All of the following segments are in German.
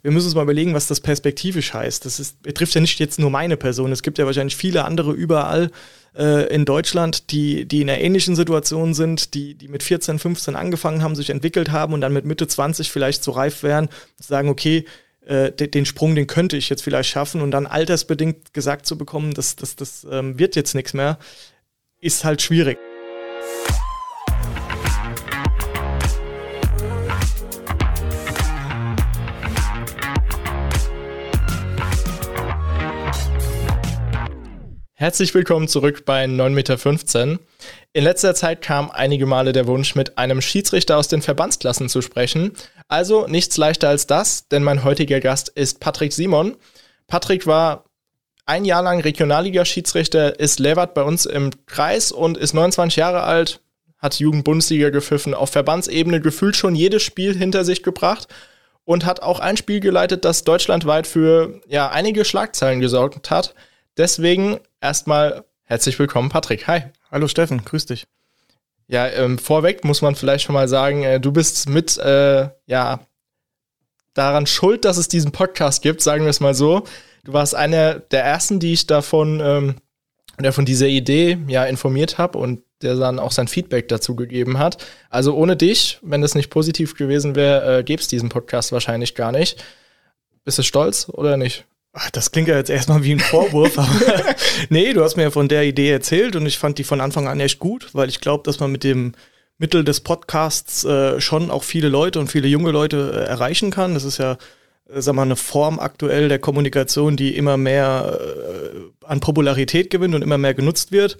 wir müssen uns mal überlegen, was das perspektivisch heißt. Das betrifft ja nicht jetzt nur meine Person. Es gibt ja wahrscheinlich viele andere überall in Deutschland, die in einer ähnlichen Situation sind, die mit 14, 15 angefangen haben, sich entwickelt haben und dann mit Mitte 20 vielleicht so reif wären, zu sagen, okay, den Sprung, den könnte ich jetzt vielleicht schaffen und dann altersbedingt gesagt zu bekommen, das wird jetzt nichts mehr, ist halt schwierig. Herzlich willkommen zurück bei 9,15 Meter. In letzter Zeit kam einige Male der Wunsch, mit einem Schiedsrichter aus den Verbandsklassen zu sprechen. Also nichts leichter als das, denn mein heutiger Gast ist Patrick Simon. Patrick war ein Jahr lang Regionalliga-Schiedsrichter, ist Lehrwart bei uns im Kreis und ist 29 Jahre alt, hat Jugend-Bundesliga gepfiffen, auf Verbandsebene gefühlt schon jedes Spiel hinter sich gebracht und hat auch ein Spiel geleitet, das deutschlandweit für einige Schlagzeilen gesorgt hat. Deswegen erstmal herzlich willkommen, Patrick. Hi. Hallo Steffen, grüß dich. Ja, vorweg muss man vielleicht schon mal sagen, du bist mit daran schuld, dass es diesen Podcast gibt, sagen wir es mal so. Du warst einer der ersten, die ich davon von dieser Idee informiert habe und der dann auch sein Feedback dazu gegeben hat. Also ohne dich, wenn das nicht positiv gewesen wäre, gäbe es diesen Podcast wahrscheinlich gar nicht. Bist du stolz oder nicht? Das klingt ja jetzt erstmal wie ein Vorwurf, aber nee, du hast mir ja von der Idee erzählt und ich fand die von Anfang an echt gut, weil ich glaube, dass man mit dem Mittel des Podcasts schon auch viele Leute und viele junge Leute erreichen kann. Das ist ja, eine Form aktuell der Kommunikation, die immer mehr an Popularität gewinnt und immer mehr genutzt wird.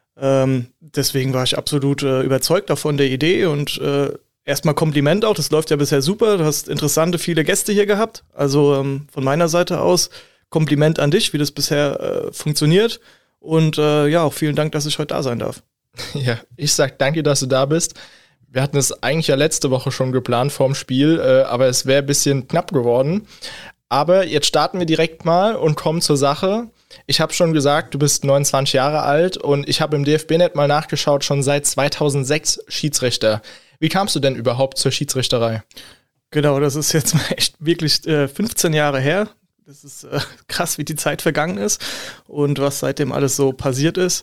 Deswegen war ich absolut überzeugt davon der Idee und erstmal Kompliment auch, das läuft ja bisher super, du hast interessante, viele Gäste hier gehabt, also von meiner Seite aus Kompliment an dich, wie das bisher funktioniert und auch vielen Dank, dass ich heute da sein darf. Ja, ich sag danke, dass du da bist. Wir hatten es eigentlich ja letzte Woche schon geplant vorm Spiel, aber es wäre ein bisschen knapp geworden. Aber jetzt starten wir direkt mal und kommen zur Sache. Ich habe schon gesagt, du bist 29 Jahre alt und ich habe im DFB-Net mal nachgeschaut, schon seit 2006 Schiedsrichter. Wie kamst du denn überhaupt zur Schiedsrichterei? Genau, das ist jetzt mal echt wirklich 15 Jahre her. Das ist krass, wie die Zeit vergangen ist und was seitdem alles so passiert ist.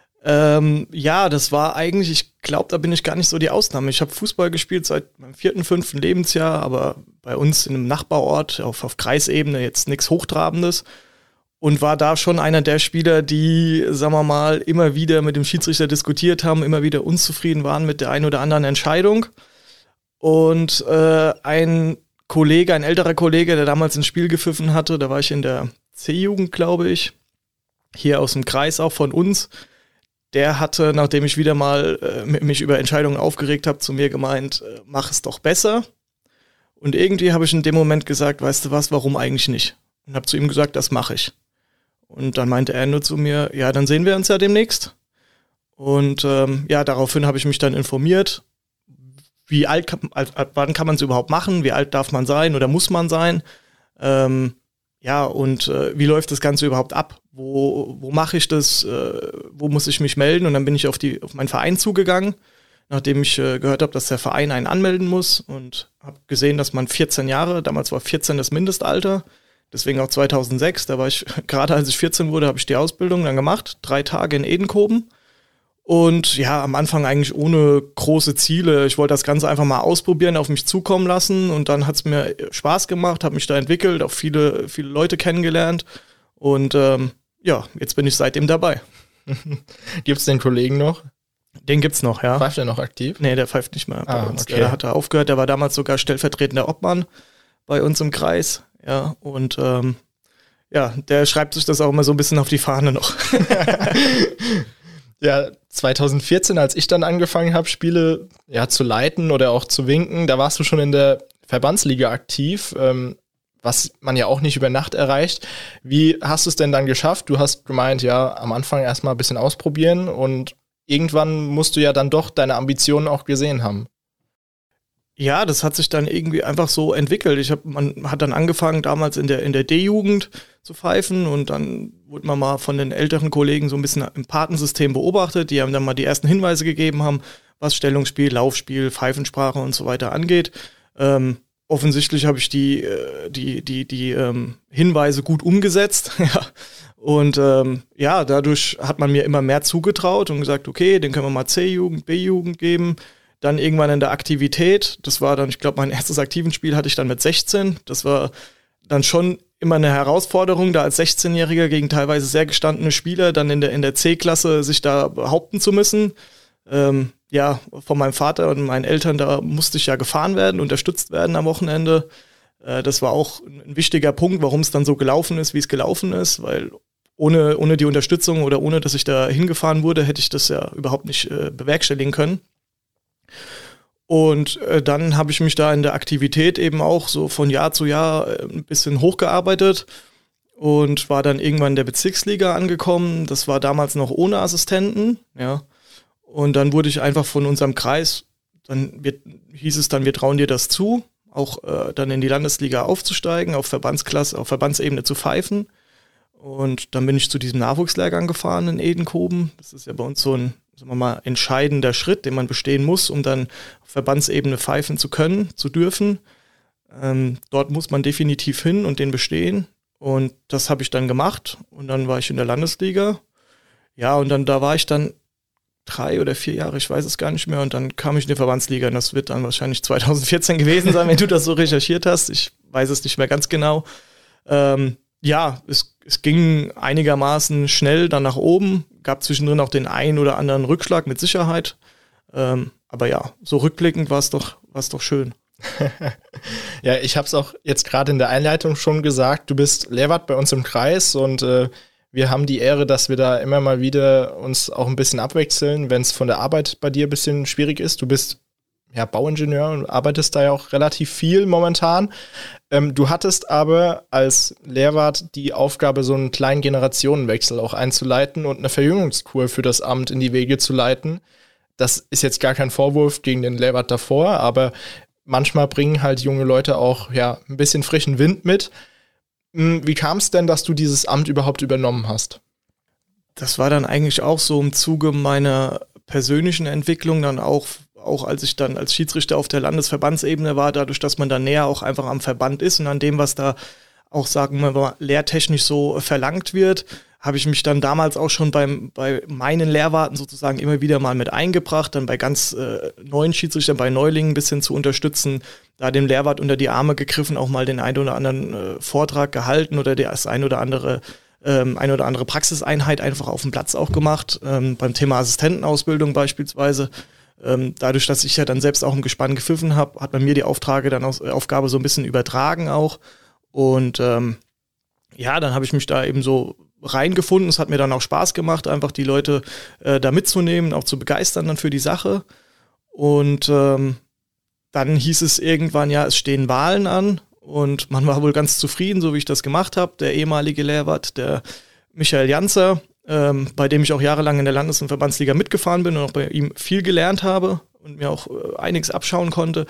Das war eigentlich, ich glaube, da bin ich gar nicht so die Ausnahme. Ich habe Fußball gespielt seit meinem 4., 5. Lebensjahr, aber bei uns in einem Nachbarort auf Kreisebene jetzt nichts Hochtrabendes. Und war da schon einer der Spieler, die, sagen wir mal, immer wieder mit dem Schiedsrichter diskutiert haben, immer wieder unzufrieden waren mit der einen oder anderen Entscheidung. Und ein älterer Kollege, der damals ein Spiel gepfiffen hatte, da war ich in der C-Jugend, glaube ich, hier aus dem Kreis auch von uns, der hatte, nachdem ich wieder mal mich über Entscheidungen aufgeregt habe, zu mir gemeint, mach es doch besser. Und irgendwie habe ich in dem Moment gesagt, weißt du was, warum eigentlich nicht? Und habe zu ihm gesagt, das mache ich. Und dann meinte er nur zu mir, ja, dann sehen wir uns ja demnächst. Und daraufhin habe ich mich dann informiert, wann kann man es überhaupt machen, wie alt darf man sein oder muss man sein, wie läuft das Ganze überhaupt ab, wo mache ich das, wo muss ich mich melden? Und dann bin ich auf meinen Verein zugegangen, nachdem ich gehört habe, dass der Verein einen anmelden muss und habe gesehen, dass man 14 Jahre, damals war 14 das Mindestalter, deswegen auch 2006, da war ich, gerade als ich 14 wurde, habe ich die Ausbildung dann gemacht, 3 Tage in Edenkoben und am Anfang eigentlich ohne große Ziele. Ich wollte das Ganze einfach mal ausprobieren, auf mich zukommen lassen und dann hat es mir Spaß gemacht, habe mich da entwickelt, auch viele, viele Leute kennengelernt und jetzt bin ich seitdem dabei. Gibt's den Kollegen noch? Den gibt's noch, ja. Pfeift er noch aktiv? Nee, der pfeift nicht mehr bei uns. Okay. Der hat da aufgehört, der war damals sogar stellvertretender Obmann bei uns im Kreis. Ja, und der schreibt sich das auch immer so ein bisschen auf die Fahne noch. Ja, 2014, als ich dann angefangen habe, Spiele zu leiten oder auch zu winken, da warst du schon in der Verbandsliga aktiv, was man ja auch nicht über Nacht erreicht. Wie hast du es denn dann geschafft? Du hast gemeint, am Anfang erstmal ein bisschen ausprobieren und irgendwann musst du ja dann doch deine Ambitionen auch gesehen haben. Ja, das hat sich dann irgendwie einfach so entwickelt. Man hat dann angefangen, damals in der D-Jugend zu pfeifen und dann wurde man mal von den älteren Kollegen so ein bisschen im Patensystem beobachtet. Die haben dann mal die ersten Hinweise gegeben haben, was Stellungsspiel, Laufspiel, Pfeifensprache und so weiter angeht. offensichtlich habe ich die Hinweise gut umgesetzt. Ja. Und dadurch hat man mir immer mehr zugetraut und gesagt, okay, den können wir mal C-Jugend, B-Jugend geben. Dann irgendwann in der Aktivität, das war dann, ich glaube, mein erstes aktiven Spiel hatte ich dann mit 16. Das war dann schon immer eine Herausforderung, da als 16-Jähriger gegen teilweise sehr gestandene Spieler dann in der C-Klasse sich da behaupten zu müssen. Von meinem Vater und meinen Eltern, da musste ich ja gefahren werden, unterstützt werden am Wochenende. Das war auch ein wichtiger Punkt, warum es dann so gelaufen ist, wie es gelaufen ist, weil ohne die Unterstützung oder ohne, dass ich da hingefahren wurde, hätte ich das ja überhaupt nicht bewerkstelligen können. Und dann habe ich mich da in der Aktivität eben auch so von Jahr zu Jahr ein bisschen hochgearbeitet und war dann irgendwann in der Bezirksliga angekommen. Das war damals noch ohne Assistenten, ja. Und dann wurde ich einfach von unserem Kreis, hieß es dann, wir trauen dir das zu, auch dann in die Landesliga aufzusteigen, auf Verbandsklasse, auf Verbandsebene zu pfeifen. Und dann bin ich zu diesem Nachwuchslehrgang gefahren in Edenkoben. Das ist ja bei uns so ein, sagen wir mal, entscheidender Schritt, den man bestehen muss, um dann auf Verbandsebene pfeifen zu können, zu dürfen. Dort muss man definitiv hin und den bestehen. Und das habe ich dann gemacht. Und dann war ich in der Landesliga. Ja, und dann da war ich dann 3 oder 4 Jahre, ich weiß es gar nicht mehr. Und dann kam ich in die Verbandsliga. Und das wird dann wahrscheinlich 2014 gewesen sein, wenn du das so recherchiert hast. Ich weiß es nicht mehr ganz genau. Es ging einigermaßen schnell dann nach oben. Gab zwischendrin auch den einen oder anderen Rückschlag mit Sicherheit. Aber ja, so rückblickend war es doch schön. Ja, ich habe es auch jetzt gerade in der Einleitung schon gesagt. Du bist Lehrwart bei uns im Kreis und wir haben die Ehre, dass wir da immer mal wieder uns auch ein bisschen abwechseln, wenn es von der Arbeit bei dir ein bisschen schwierig ist. Du bist ja Bauingenieur und arbeitest da ja auch relativ viel momentan. Du hattest aber als Lehrwart die Aufgabe, so einen kleinen Generationenwechsel auch einzuleiten und eine Verjüngungskur für das Amt in die Wege zu leiten. Das ist jetzt gar kein Vorwurf gegen den Lehrwart davor, aber manchmal bringen halt junge Leute auch ein bisschen frischen Wind mit. Wie kam es denn, dass du dieses Amt überhaupt übernommen hast? Das war dann eigentlich auch so im Zuge meiner persönlichen Entwicklung, dann auch als ich dann als Schiedsrichter auf der Landesverbandsebene war, dadurch, dass man da näher auch einfach am Verband ist und an dem, was da auch, sagen wir mal, lehrtechnisch so verlangt wird, habe ich mich dann damals auch schon bei meinen Lehrwarten sozusagen immer wieder mal mit eingebracht, dann bei ganz neuen Schiedsrichtern, bei Neulingen ein bisschen zu unterstützen, da dem Lehrwart unter die Arme gegriffen, auch mal den einen oder anderen Vortrag gehalten oder das eine oder andere Praxiseinheit einfach auf dem Platz auch gemacht, beim Thema Assistentenausbildung beispielsweise. Dadurch, dass ich ja dann selbst auch im Gespann gepfiffen habe, hat man mir die Aufgabe so ein bisschen übertragen auch. Und dann habe ich mich da eben so reingefunden. Es hat mir dann auch Spaß gemacht, einfach die Leute da mitzunehmen, auch zu begeistern dann für die Sache. Und dann hieß es irgendwann, es stehen Wahlen an. Und man war wohl ganz zufrieden, so wie ich das gemacht habe. Der ehemalige Lehrwart, der Michael Janzer, bei dem ich auch jahrelang in der Landes- und Verbandsliga mitgefahren bin und auch bei ihm viel gelernt habe und mir auch einiges abschauen konnte,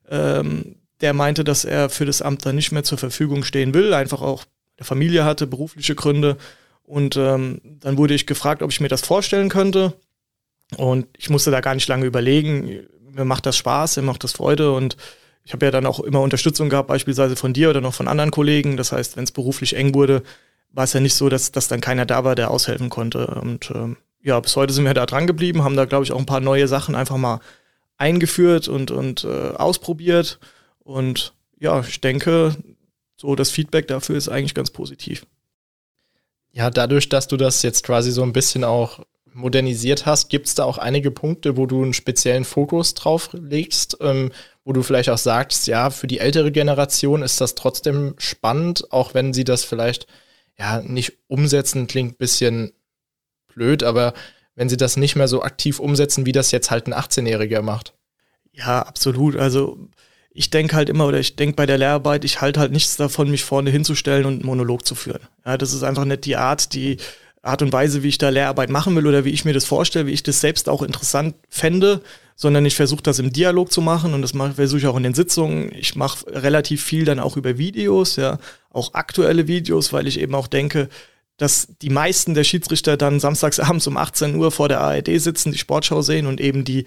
der meinte, dass er für das Amt dann nicht mehr zur Verfügung stehen will, einfach auch eine Familie hatte, berufliche Gründe. Und dann wurde ich gefragt, ob ich mir das vorstellen könnte. Und ich musste da gar nicht lange überlegen. Mir macht das Spaß, mir macht das Freude. Und ich habe ja dann auch immer Unterstützung gehabt, beispielsweise von dir oder noch von anderen Kollegen. Das heißt, wenn es beruflich eng wurde, war es ja nicht so, dass dann keiner da war, der aushelfen konnte. Und bis heute sind wir da dran geblieben, haben da, glaube ich, auch ein paar neue Sachen einfach mal eingeführt und ausprobiert. Und ja, ich denke, so das Feedback dafür ist eigentlich ganz positiv. Ja, dadurch, dass du das jetzt quasi so ein bisschen auch modernisiert hast, gibt es da auch einige Punkte, wo du einen speziellen Fokus drauf legst, wo du vielleicht auch sagst, ja, für die ältere Generation ist das trotzdem spannend, auch wenn sie das vielleicht nicht umsetzen, klingt ein bisschen blöd, aber wenn sie das nicht mehr so aktiv umsetzen, wie das jetzt halt ein 18-Jähriger macht. Ja, absolut. Also ich denke bei der Lehrarbeit, ich halte halt nichts davon, mich vorne hinzustellen und einen Monolog zu führen. Ja, das ist einfach nicht die Art und Weise, wie ich da Lehrarbeit machen will oder wie ich mir das vorstelle, wie ich das selbst auch interessant fände, sondern ich versuche das im Dialog zu machen und das versuche ich auch in den Sitzungen. Ich mache relativ viel dann auch über Videos, auch aktuelle Videos, weil ich eben auch denke, dass die meisten der Schiedsrichter dann samstagsabends um 18 Uhr vor der ARD sitzen, die Sportschau sehen und eben die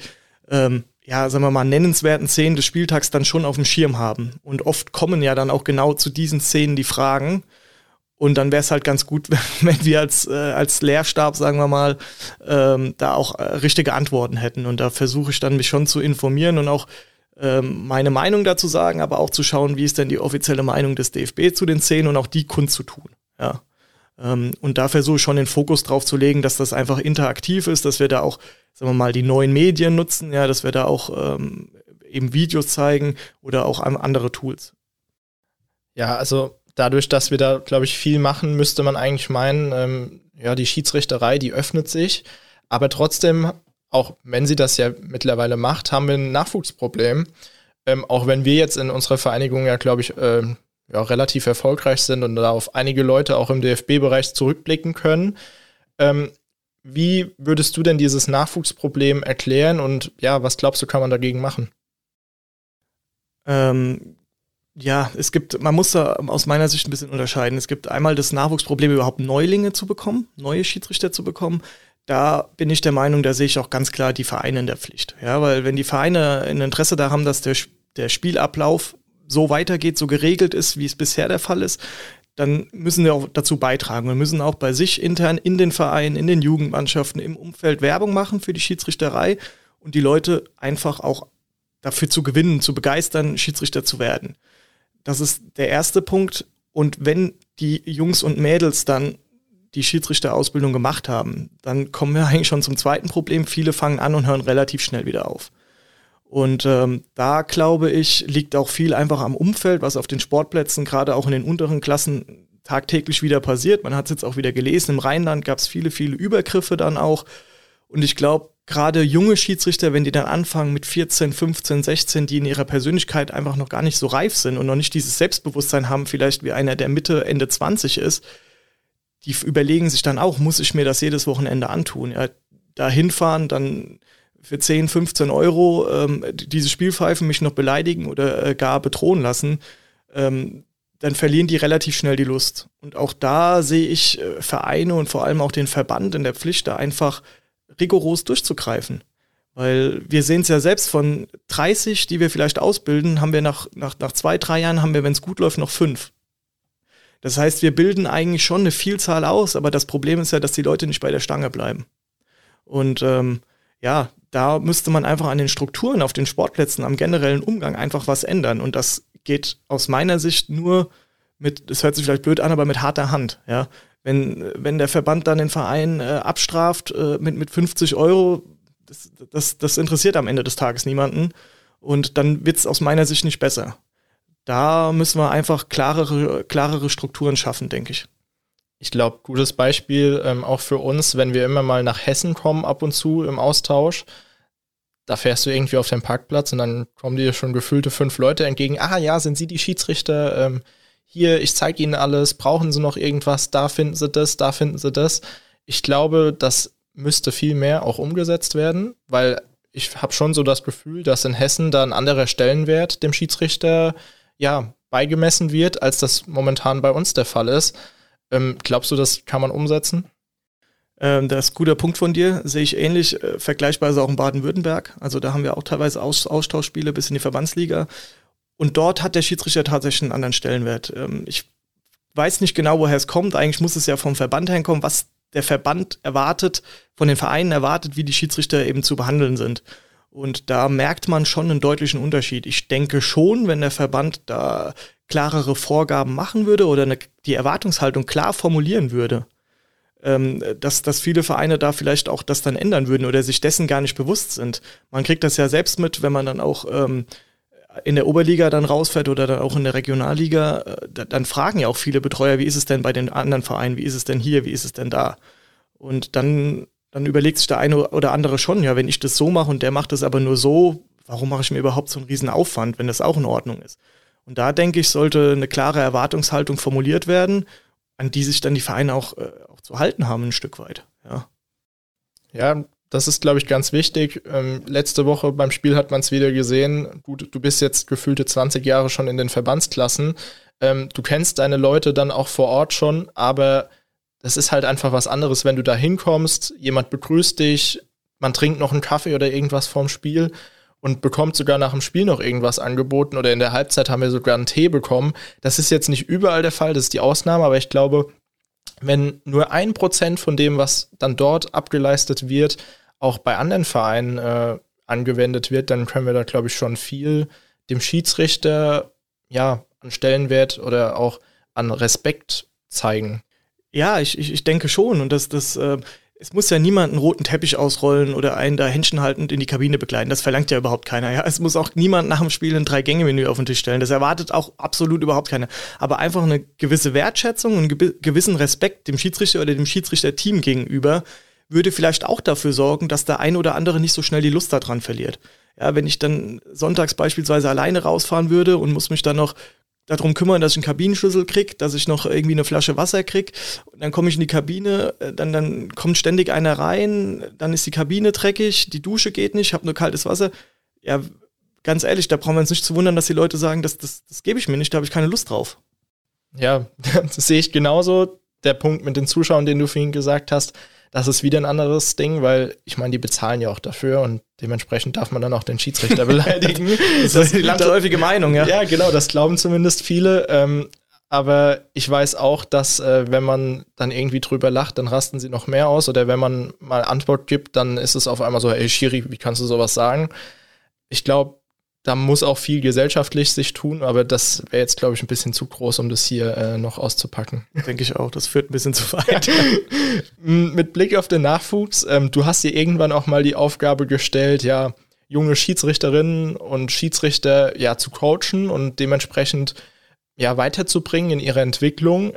sagen wir mal, nennenswerten Szenen des Spieltags dann schon auf dem Schirm haben. Und oft kommen ja dann auch genau zu diesen Szenen die Fragen. Und dann wäre es halt ganz gut, wenn wir als Lehrstab, sagen wir mal, da auch richtige Antworten hätten. Und da versuche ich dann, mich schon zu informieren und auch meine Meinung dazu sagen, aber auch zu schauen, wie ist denn die offizielle Meinung des DFB zu den Szenen und auch die kundzutun. Ja. Und da versuche ich schon den Fokus drauf zu legen, dass das einfach interaktiv ist, dass wir da auch, sagen wir mal, die neuen Medien nutzen, ja, dass wir da auch eben Videos zeigen oder auch andere Tools. Ja, also dadurch, dass wir da, glaube ich, viel machen, müsste man eigentlich meinen, die Schiedsrichterei, die öffnet sich, aber trotzdem, auch wenn sie das ja mittlerweile macht, haben wir ein Nachwuchsproblem. Auch wenn wir jetzt in unserer Vereinigung ja, glaube ich, relativ erfolgreich sind und da auf einige Leute auch im DFB-Bereich zurückblicken können. Wie würdest du denn dieses Nachwuchsproblem erklären und ja, was glaubst du, kann man dagegen machen? Man muss da aus meiner Sicht ein bisschen unterscheiden. Es gibt einmal das Nachwuchsproblem, überhaupt Neulinge zu bekommen, neue Schiedsrichter zu bekommen. Da bin ich der Meinung, da sehe ich auch ganz klar die Vereine in der Pflicht. Ja, weil wenn die Vereine ein Interesse da haben, dass der Spielablauf so weitergeht, so geregelt ist, wie es bisher der Fall ist, dann müssen wir auch dazu beitragen. Wir müssen auch bei sich intern in den Vereinen, in den Jugendmannschaften, im Umfeld Werbung machen für die Schiedsrichterei und die Leute einfach auch dafür zu gewinnen, zu begeistern, Schiedsrichter zu werden. Das ist der erste Punkt. Und wenn die Jungs und Mädels dann die Schiedsrichterausbildung gemacht haben, dann kommen wir eigentlich schon zum zweiten Problem. Viele fangen an und hören relativ schnell wieder auf. Und da, glaube ich, liegt auch viel einfach am Umfeld, was auf den Sportplätzen, gerade auch in den unteren Klassen, tagtäglich wieder passiert. Man hat es jetzt auch wieder gelesen, im Rheinland gab es viele, viele Übergriffe dann auch. Und ich glaube, gerade junge Schiedsrichter, wenn die dann anfangen mit 14, 15, 16, die in ihrer Persönlichkeit einfach noch gar nicht so reif sind und noch nicht dieses Selbstbewusstsein haben, vielleicht wie einer, der Mitte, Ende 20 ist, die überlegen sich dann auch, muss ich mir das jedes Wochenende antun? Ja, da hinfahren, dann für 10, 15 Euro diese Spielpfeifen mich noch beleidigen oder gar bedrohen lassen, dann verlieren die relativ schnell die Lust. Und auch da sehe ich Vereine und vor allem auch den Verband in der Pflicht, da einfach rigoros durchzugreifen. Weil wir sehen es ja selbst, von 30, die wir vielleicht ausbilden, haben wir nach 2, 3 Jahren, haben wir, wenn es gut läuft, noch 5. Das heißt, wir bilden eigentlich schon eine Vielzahl aus, aber das Problem ist ja, dass die Leute nicht bei der Stange bleiben. Und da müsste man einfach an den Strukturen auf den Sportplätzen, am generellen Umgang einfach was ändern. Und das geht aus meiner Sicht nur das hört sich vielleicht blöd an, aber mit harter Hand. Ja? Wenn der Verband dann den Verein abstraft mit 50 Euro, das interessiert am Ende des Tages niemanden. Und dann wird es aus meiner Sicht nicht besser. Da müssen wir einfach klarere Strukturen schaffen, denke ich. Ich glaube, gutes Beispiel auch für uns, wenn wir immer mal nach Hessen kommen, ab und zu im Austausch, da fährst du irgendwie auf den Parkplatz und dann kommen dir schon gefühlte 5 Leute entgegen. Ah ja, sind Sie die Schiedsrichter? Hier, ich zeige Ihnen alles. Brauchen Sie noch irgendwas? Da finden Sie das, da finden Sie das. Ich glaube, das müsste viel mehr auch umgesetzt werden, weil ich habe schon so das Gefühl, dass in Hessen da ein anderer Stellenwert dem Schiedsrichter beigemessen wird, als das momentan bei uns der Fall ist. Glaubst du, das kann man umsetzen? Das ist ein guter Punkt von dir, sehe ich ähnlich, vergleichsweise auch in Baden-Württemberg. Also da haben wir auch teilweise Austauschspiele bis in die Verbandsliga. Und dort hat der Schiedsrichter tatsächlich einen anderen Stellenwert. Ich weiß nicht genau, woher es kommt. Eigentlich muss es ja vom Verband herkommen, was der Verband erwartet, von den Vereinen erwartet, wie die Schiedsrichter eben zu behandeln sind. Und da merkt man schon einen deutlichen Unterschied. Ich denke schon, wenn der Verband da klarere Vorgaben machen würde oder die Erwartungshaltung klar formulieren würde, dass viele Vereine da vielleicht auch das dann ändern würden oder sich dessen gar nicht bewusst sind. Man kriegt das ja selbst mit, wenn man dann auch in der Oberliga dann rausfährt oder dann auch in der Regionalliga, dann fragen ja auch viele Betreuer, wie ist es denn bei den anderen Vereinen, wie ist es denn hier, wie ist es denn da? Und dann überlegt sich der eine oder andere schon, ja, wenn ich das so mache und der macht das aber nur so, warum mache ich mir überhaupt so einen riesen Aufwand, wenn das auch in Ordnung ist? Und da, denke ich, sollte eine klare Erwartungshaltung formuliert werden, an die sich dann die Vereine auch zu halten haben, ein Stück weit. Ja, das ist, glaube ich, ganz wichtig. Letzte Woche beim Spiel hat man es wieder gesehen. Du bist jetzt gefühlte 20 Jahre schon in den Verbandsklassen. Du kennst deine Leute dann auch vor Ort schon, aber das ist halt einfach was anderes, wenn du da hinkommst, jemand begrüßt dich, man trinkt noch einen Kaffee oder irgendwas vorm Spiel und bekommt sogar nach dem Spiel noch irgendwas angeboten oder in der Halbzeit haben wir sogar einen Tee bekommen. Das ist jetzt nicht überall der Fall, das ist die Ausnahme, aber ich glaube, wenn nur 1% von dem, was dann dort abgeleistet wird, auch bei anderen Vereinen angewendet wird, dann können wir da, glaube ich, schon viel dem Schiedsrichter an Stellenwert oder auch an Respekt zeigen. Ja, ich denke schon. Und es muss ja niemand einen roten Teppich ausrollen oder einen da händchenhaltend in die Kabine begleiten. Das verlangt ja überhaupt keiner. Ja? Es muss auch niemand nach dem Spiel ein 3-Gänge-Menü auf den Tisch stellen. Das erwartet auch absolut überhaupt keiner. Aber einfach eine gewisse Wertschätzung und einen gewissen Respekt dem Schiedsrichter oder dem Schiedsrichterteam gegenüber würde vielleicht auch dafür sorgen, dass der ein oder andere nicht so schnell die Lust daran verliert. Ja, wenn ich dann sonntags beispielsweise alleine rausfahren würde und muss mich dann noch darum kümmern, dass ich einen Kabinenschlüssel kriege, dass ich noch irgendwie eine Flasche Wasser kriege. Und dann komme ich in die Kabine, dann kommt ständig einer rein, dann ist die Kabine dreckig, die Dusche geht nicht, ich habe nur kaltes Wasser. Ja, ganz ehrlich, da brauchen wir uns nicht zu wundern, dass die Leute sagen, das gebe ich mir nicht, da habe ich keine Lust drauf. Ja, das sehe ich genauso. Der Punkt mit den Zuschauern, den du vorhin gesagt hast, das ist wieder ein anderes Ding, weil ich meine, die bezahlen ja auch dafür und dementsprechend darf man dann auch den Schiedsrichter beleidigen. Das ist die landläufige Meinung, ja. Ja, genau, das glauben zumindest viele. Aber ich weiß auch, dass wenn man dann irgendwie drüber lacht, dann rasten sie noch mehr aus. Oder wenn man mal Antwort gibt, dann ist es auf einmal so, ey Schiri, wie kannst du sowas sagen? Ich glaube, da muss auch viel gesellschaftlich sich tun, aber das wäre jetzt, glaube ich, ein bisschen zu groß, um das hier noch auszupacken. Denke ich auch, das führt ein bisschen zu weit. Mit Blick auf den Nachwuchs, du hast dir irgendwann auch mal die Aufgabe gestellt, ja, junge Schiedsrichterinnen und Schiedsrichter zu coachen und dementsprechend weiterzubringen in ihrer Entwicklung.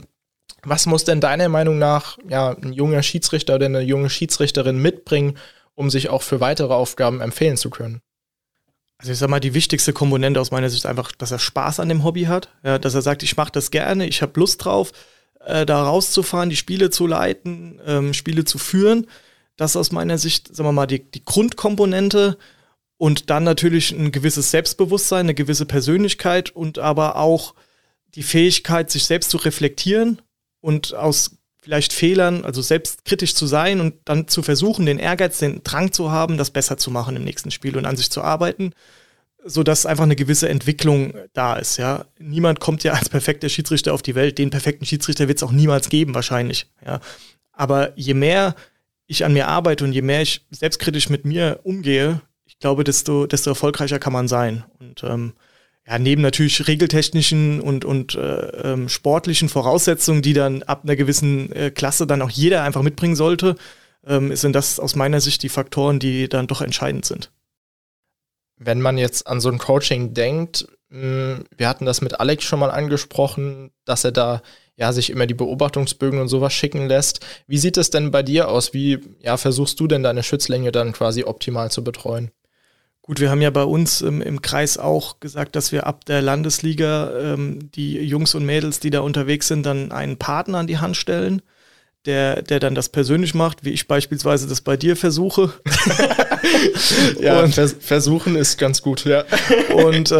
Was muss denn deiner Meinung nach ein junger Schiedsrichter oder eine junge Schiedsrichterin mitbringen, um sich auch für weitere Aufgaben empfehlen zu können? Also ich sag mal, die wichtigste Komponente aus meiner Sicht ist einfach, dass er Spaß an dem Hobby hat. Ja, dass er sagt, ich mache das gerne, ich habe Lust drauf, da rauszufahren, die Spiele zu leiten, Spiele zu führen. Das ist aus meiner Sicht, sagen wir mal, die Grundkomponente. Und dann natürlich ein gewisses Selbstbewusstsein, eine gewisse Persönlichkeit und aber auch die Fähigkeit, sich selbst zu reflektieren und aus vielleicht Fehlern, also selbstkritisch zu sein und dann zu versuchen, den Ehrgeiz, den Drang zu haben, das besser zu machen im nächsten Spiel und an sich zu arbeiten, sodass einfach eine gewisse Entwicklung da ist. Ja. Niemand kommt ja als perfekter Schiedsrichter auf die Welt. Den perfekten Schiedsrichter wird es auch niemals geben, wahrscheinlich. Ja. Aber je mehr ich an mir arbeite und je mehr ich selbstkritisch mit mir umgehe, ich glaube, desto erfolgreicher kann man sein. Und neben natürlich regeltechnischen und sportlichen Voraussetzungen, die dann ab einer gewissen Klasse dann auch jeder einfach mitbringen sollte, sind das aus meiner Sicht die Faktoren, die dann doch entscheidend sind. Wenn man jetzt an so ein Coaching denkt, wir hatten das mit Alex schon mal angesprochen, dass er da sich immer die Beobachtungsbögen und sowas schicken lässt. Wie sieht es denn bei dir aus? Wie versuchst du denn deine Schützlinge dann quasi optimal zu betreuen? Gut, wir haben ja bei uns im Kreis auch gesagt, dass wir ab der Landesliga die Jungs und Mädels, die da unterwegs sind, dann einen Partner an die Hand stellen, der dann das persönlich macht, wie ich beispielsweise das bei dir versuche. Versuchen ist ganz gut, ja. Und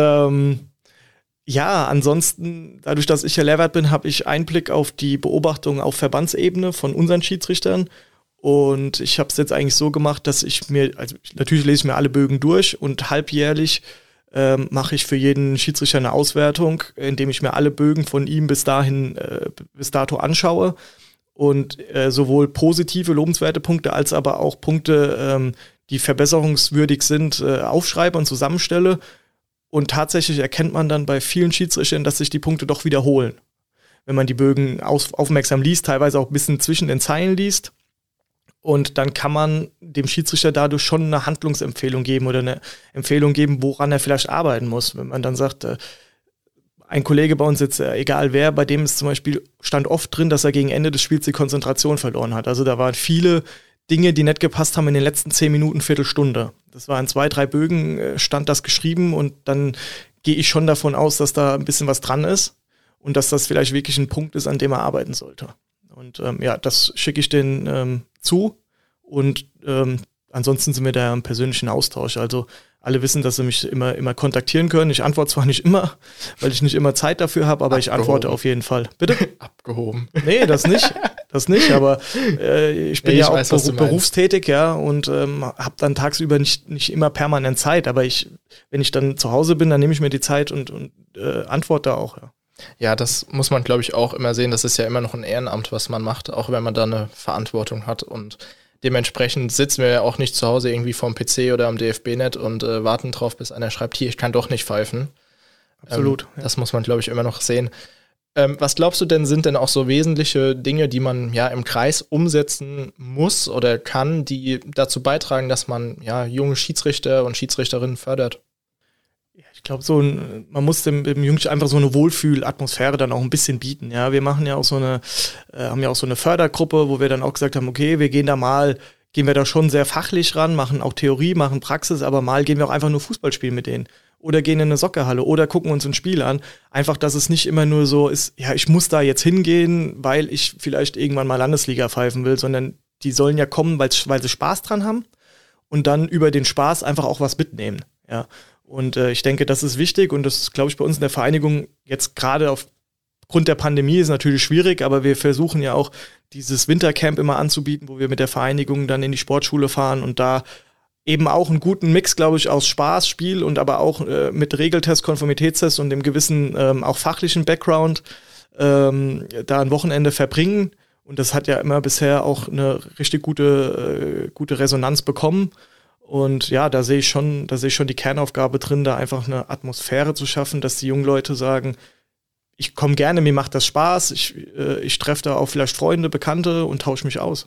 ansonsten, dadurch, dass ich ja Lehrwart bin, habe ich Einblick auf die Beobachtung auf Verbandsebene von unseren Schiedsrichtern. Und ich habe es jetzt eigentlich so gemacht, dass natürlich lese ich mir alle Bögen durch und halbjährlich mache ich für jeden Schiedsrichter eine Auswertung, indem ich mir alle Bögen von ihm bis dato anschaue und sowohl positive, lobenswerte Punkte als aber auch Punkte, die verbesserungswürdig sind, aufschreibe und zusammenstelle. Und tatsächlich erkennt man dann bei vielen Schiedsrichtern, dass sich die Punkte doch wiederholen. Wenn man die Bögen aufmerksam liest, teilweise auch ein bisschen zwischen den Zeilen liest. Und dann kann man dem Schiedsrichter dadurch schon eine Handlungsempfehlung geben oder eine Empfehlung geben, woran er vielleicht arbeiten muss. Wenn man dann sagt, ein Kollege bei uns jetzt, egal wer, bei dem ist zum Beispiel, stand oft drin, dass er gegen Ende des Spiels die Konzentration verloren hat. Also da waren viele Dinge, die nicht gepasst haben in den letzten 10 Minuten, Viertelstunde. Das war in 2, 3 Bögen, stand das geschrieben und dann gehe ich schon davon aus, dass da ein bisschen was dran ist und dass das vielleicht wirklich ein Punkt ist, an dem er arbeiten sollte. Und das schicke ich denen zu und ansonsten sind wir da im persönlichen Austausch. Also alle wissen, dass sie mich immer kontaktieren können. Ich antworte zwar nicht immer, weil ich nicht immer Zeit dafür habe, aber ich antworte auf jeden Fall. Bitte? Abgehoben. Nee, das nicht. das nicht, aber ich bin Ich ja auch weiß, was du meinst. berufstätig, ja, und habe dann tagsüber nicht immer permanent Zeit, aber wenn ich dann zu Hause bin, dann nehme ich mir die Zeit und antworte auch, ja. Ja, das muss man, glaube ich, auch immer sehen. Das ist ja immer noch ein Ehrenamt, was man macht, auch wenn man da eine Verantwortung hat. Und dementsprechend sitzen wir ja auch nicht zu Hause irgendwie vorm PC oder am DFB-Net und warten drauf, bis einer schreibt, hier, ich kann doch nicht pfeifen. Absolut. Das muss man, glaube ich, immer noch sehen. Was glaubst du denn, sind denn auch so wesentliche Dinge, die man ja im Kreis umsetzen muss oder kann, die dazu beitragen, dass man ja junge Schiedsrichter und Schiedsrichterinnen fördert? Ja, ich glaube, man muss dem Jugendlichen einfach so eine Wohlfühlatmosphäre dann auch ein bisschen bieten. Ja, wir machen ja auch haben ja auch so eine Fördergruppe, wo wir dann auch gesagt haben, okay, gehen wir da schon sehr fachlich ran, machen auch Theorie, machen Praxis, aber mal gehen wir auch einfach nur Fußball spielen mit denen. Oder gehen in eine Soccerhalle oder gucken uns ein Spiel an. Einfach, dass es nicht immer nur so ist, ja, ich muss da jetzt hingehen, weil ich vielleicht irgendwann mal Landesliga pfeifen will, sondern die sollen ja kommen, weil sie Spaß dran haben und dann über den Spaß einfach auch was mitnehmen. Ja. Und ich denke, das ist wichtig und das ist, glaube ich, bei uns in der Vereinigung jetzt gerade aufgrund der Pandemie ist natürlich schwierig, aber wir versuchen ja auch dieses Wintercamp immer anzubieten, wo wir mit der Vereinigung dann in die Sportschule fahren und da eben auch einen guten Mix, glaube ich, aus Spaß, Spiel und aber auch mit Regeltest, Konformitätstest und dem gewissen auch fachlichen Background da ein Wochenende verbringen. Und das hat ja immer bisher auch eine richtig gute Resonanz bekommen. Und ja, da sehe ich schon die Kernaufgabe drin, da einfach eine Atmosphäre zu schaffen, dass die jungen Leute sagen, ich komme gerne, mir macht das Spaß, ich treffe da auch vielleicht Freunde, Bekannte und tausche mich aus.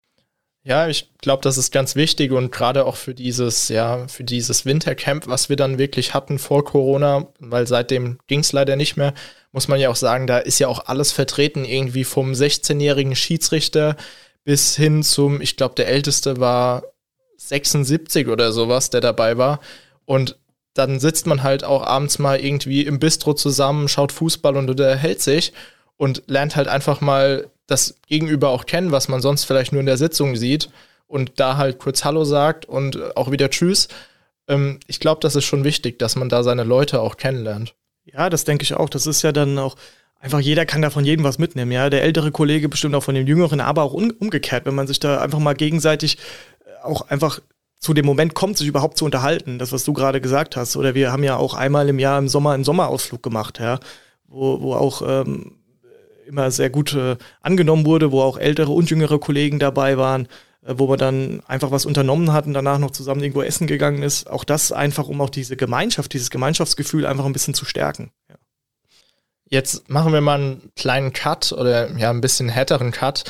Ja, ich glaube, das ist ganz wichtig und gerade auch für dieses Wintercamp, was wir dann wirklich hatten vor Corona, weil seitdem ging es leider nicht mehr, muss man ja auch sagen, da ist ja auch alles vertreten, irgendwie vom 16-jährigen Schiedsrichter bis hin zum, ich glaube, der Älteste war 76 oder sowas, der dabei war. Und dann sitzt man halt auch abends mal irgendwie im Bistro zusammen, schaut Fußball und unterhält sich und lernt halt einfach mal das Gegenüber auch kennen, was man sonst vielleicht nur in der Sitzung sieht und da halt kurz Hallo sagt und auch wieder Tschüss. Ich glaube, das ist schon wichtig, dass man da seine Leute auch kennenlernt. Ja, das denke ich auch. Das ist ja dann auch einfach, jeder kann da von jedem was mitnehmen. Ja, der ältere Kollege bestimmt auch von dem Jüngeren, aber auch umgekehrt, wenn man sich da einfach mal gegenseitig auch einfach zu dem Moment kommt, sich überhaupt zu unterhalten. Das, was du gerade gesagt hast. Oder wir haben ja auch einmal im Jahr im Sommer einen Sommerausflug gemacht, ja, wo auch immer sehr gut angenommen wurde, wo auch ältere und jüngere Kollegen dabei waren, wo man dann einfach was unternommen hat und danach noch zusammen irgendwo essen gegangen ist. Auch das einfach, um auch diese Gemeinschaft, dieses Gemeinschaftsgefühl einfach ein bisschen zu stärken. Ja. Jetzt machen wir mal einen kleinen Cut oder ja, ein bisschen härteren Cut.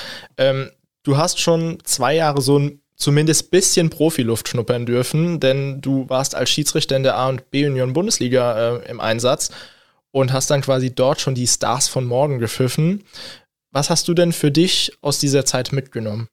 Du hast schon 2 Jahre so ein zumindest bisschen Profiluft schnuppern dürfen, denn du warst als Schiedsrichter in der A- und B-Union Bundesliga im Einsatz und hast dann quasi dort schon die Stars von morgen gepfiffen. Was hast du denn für dich aus dieser Zeit mitgenommen?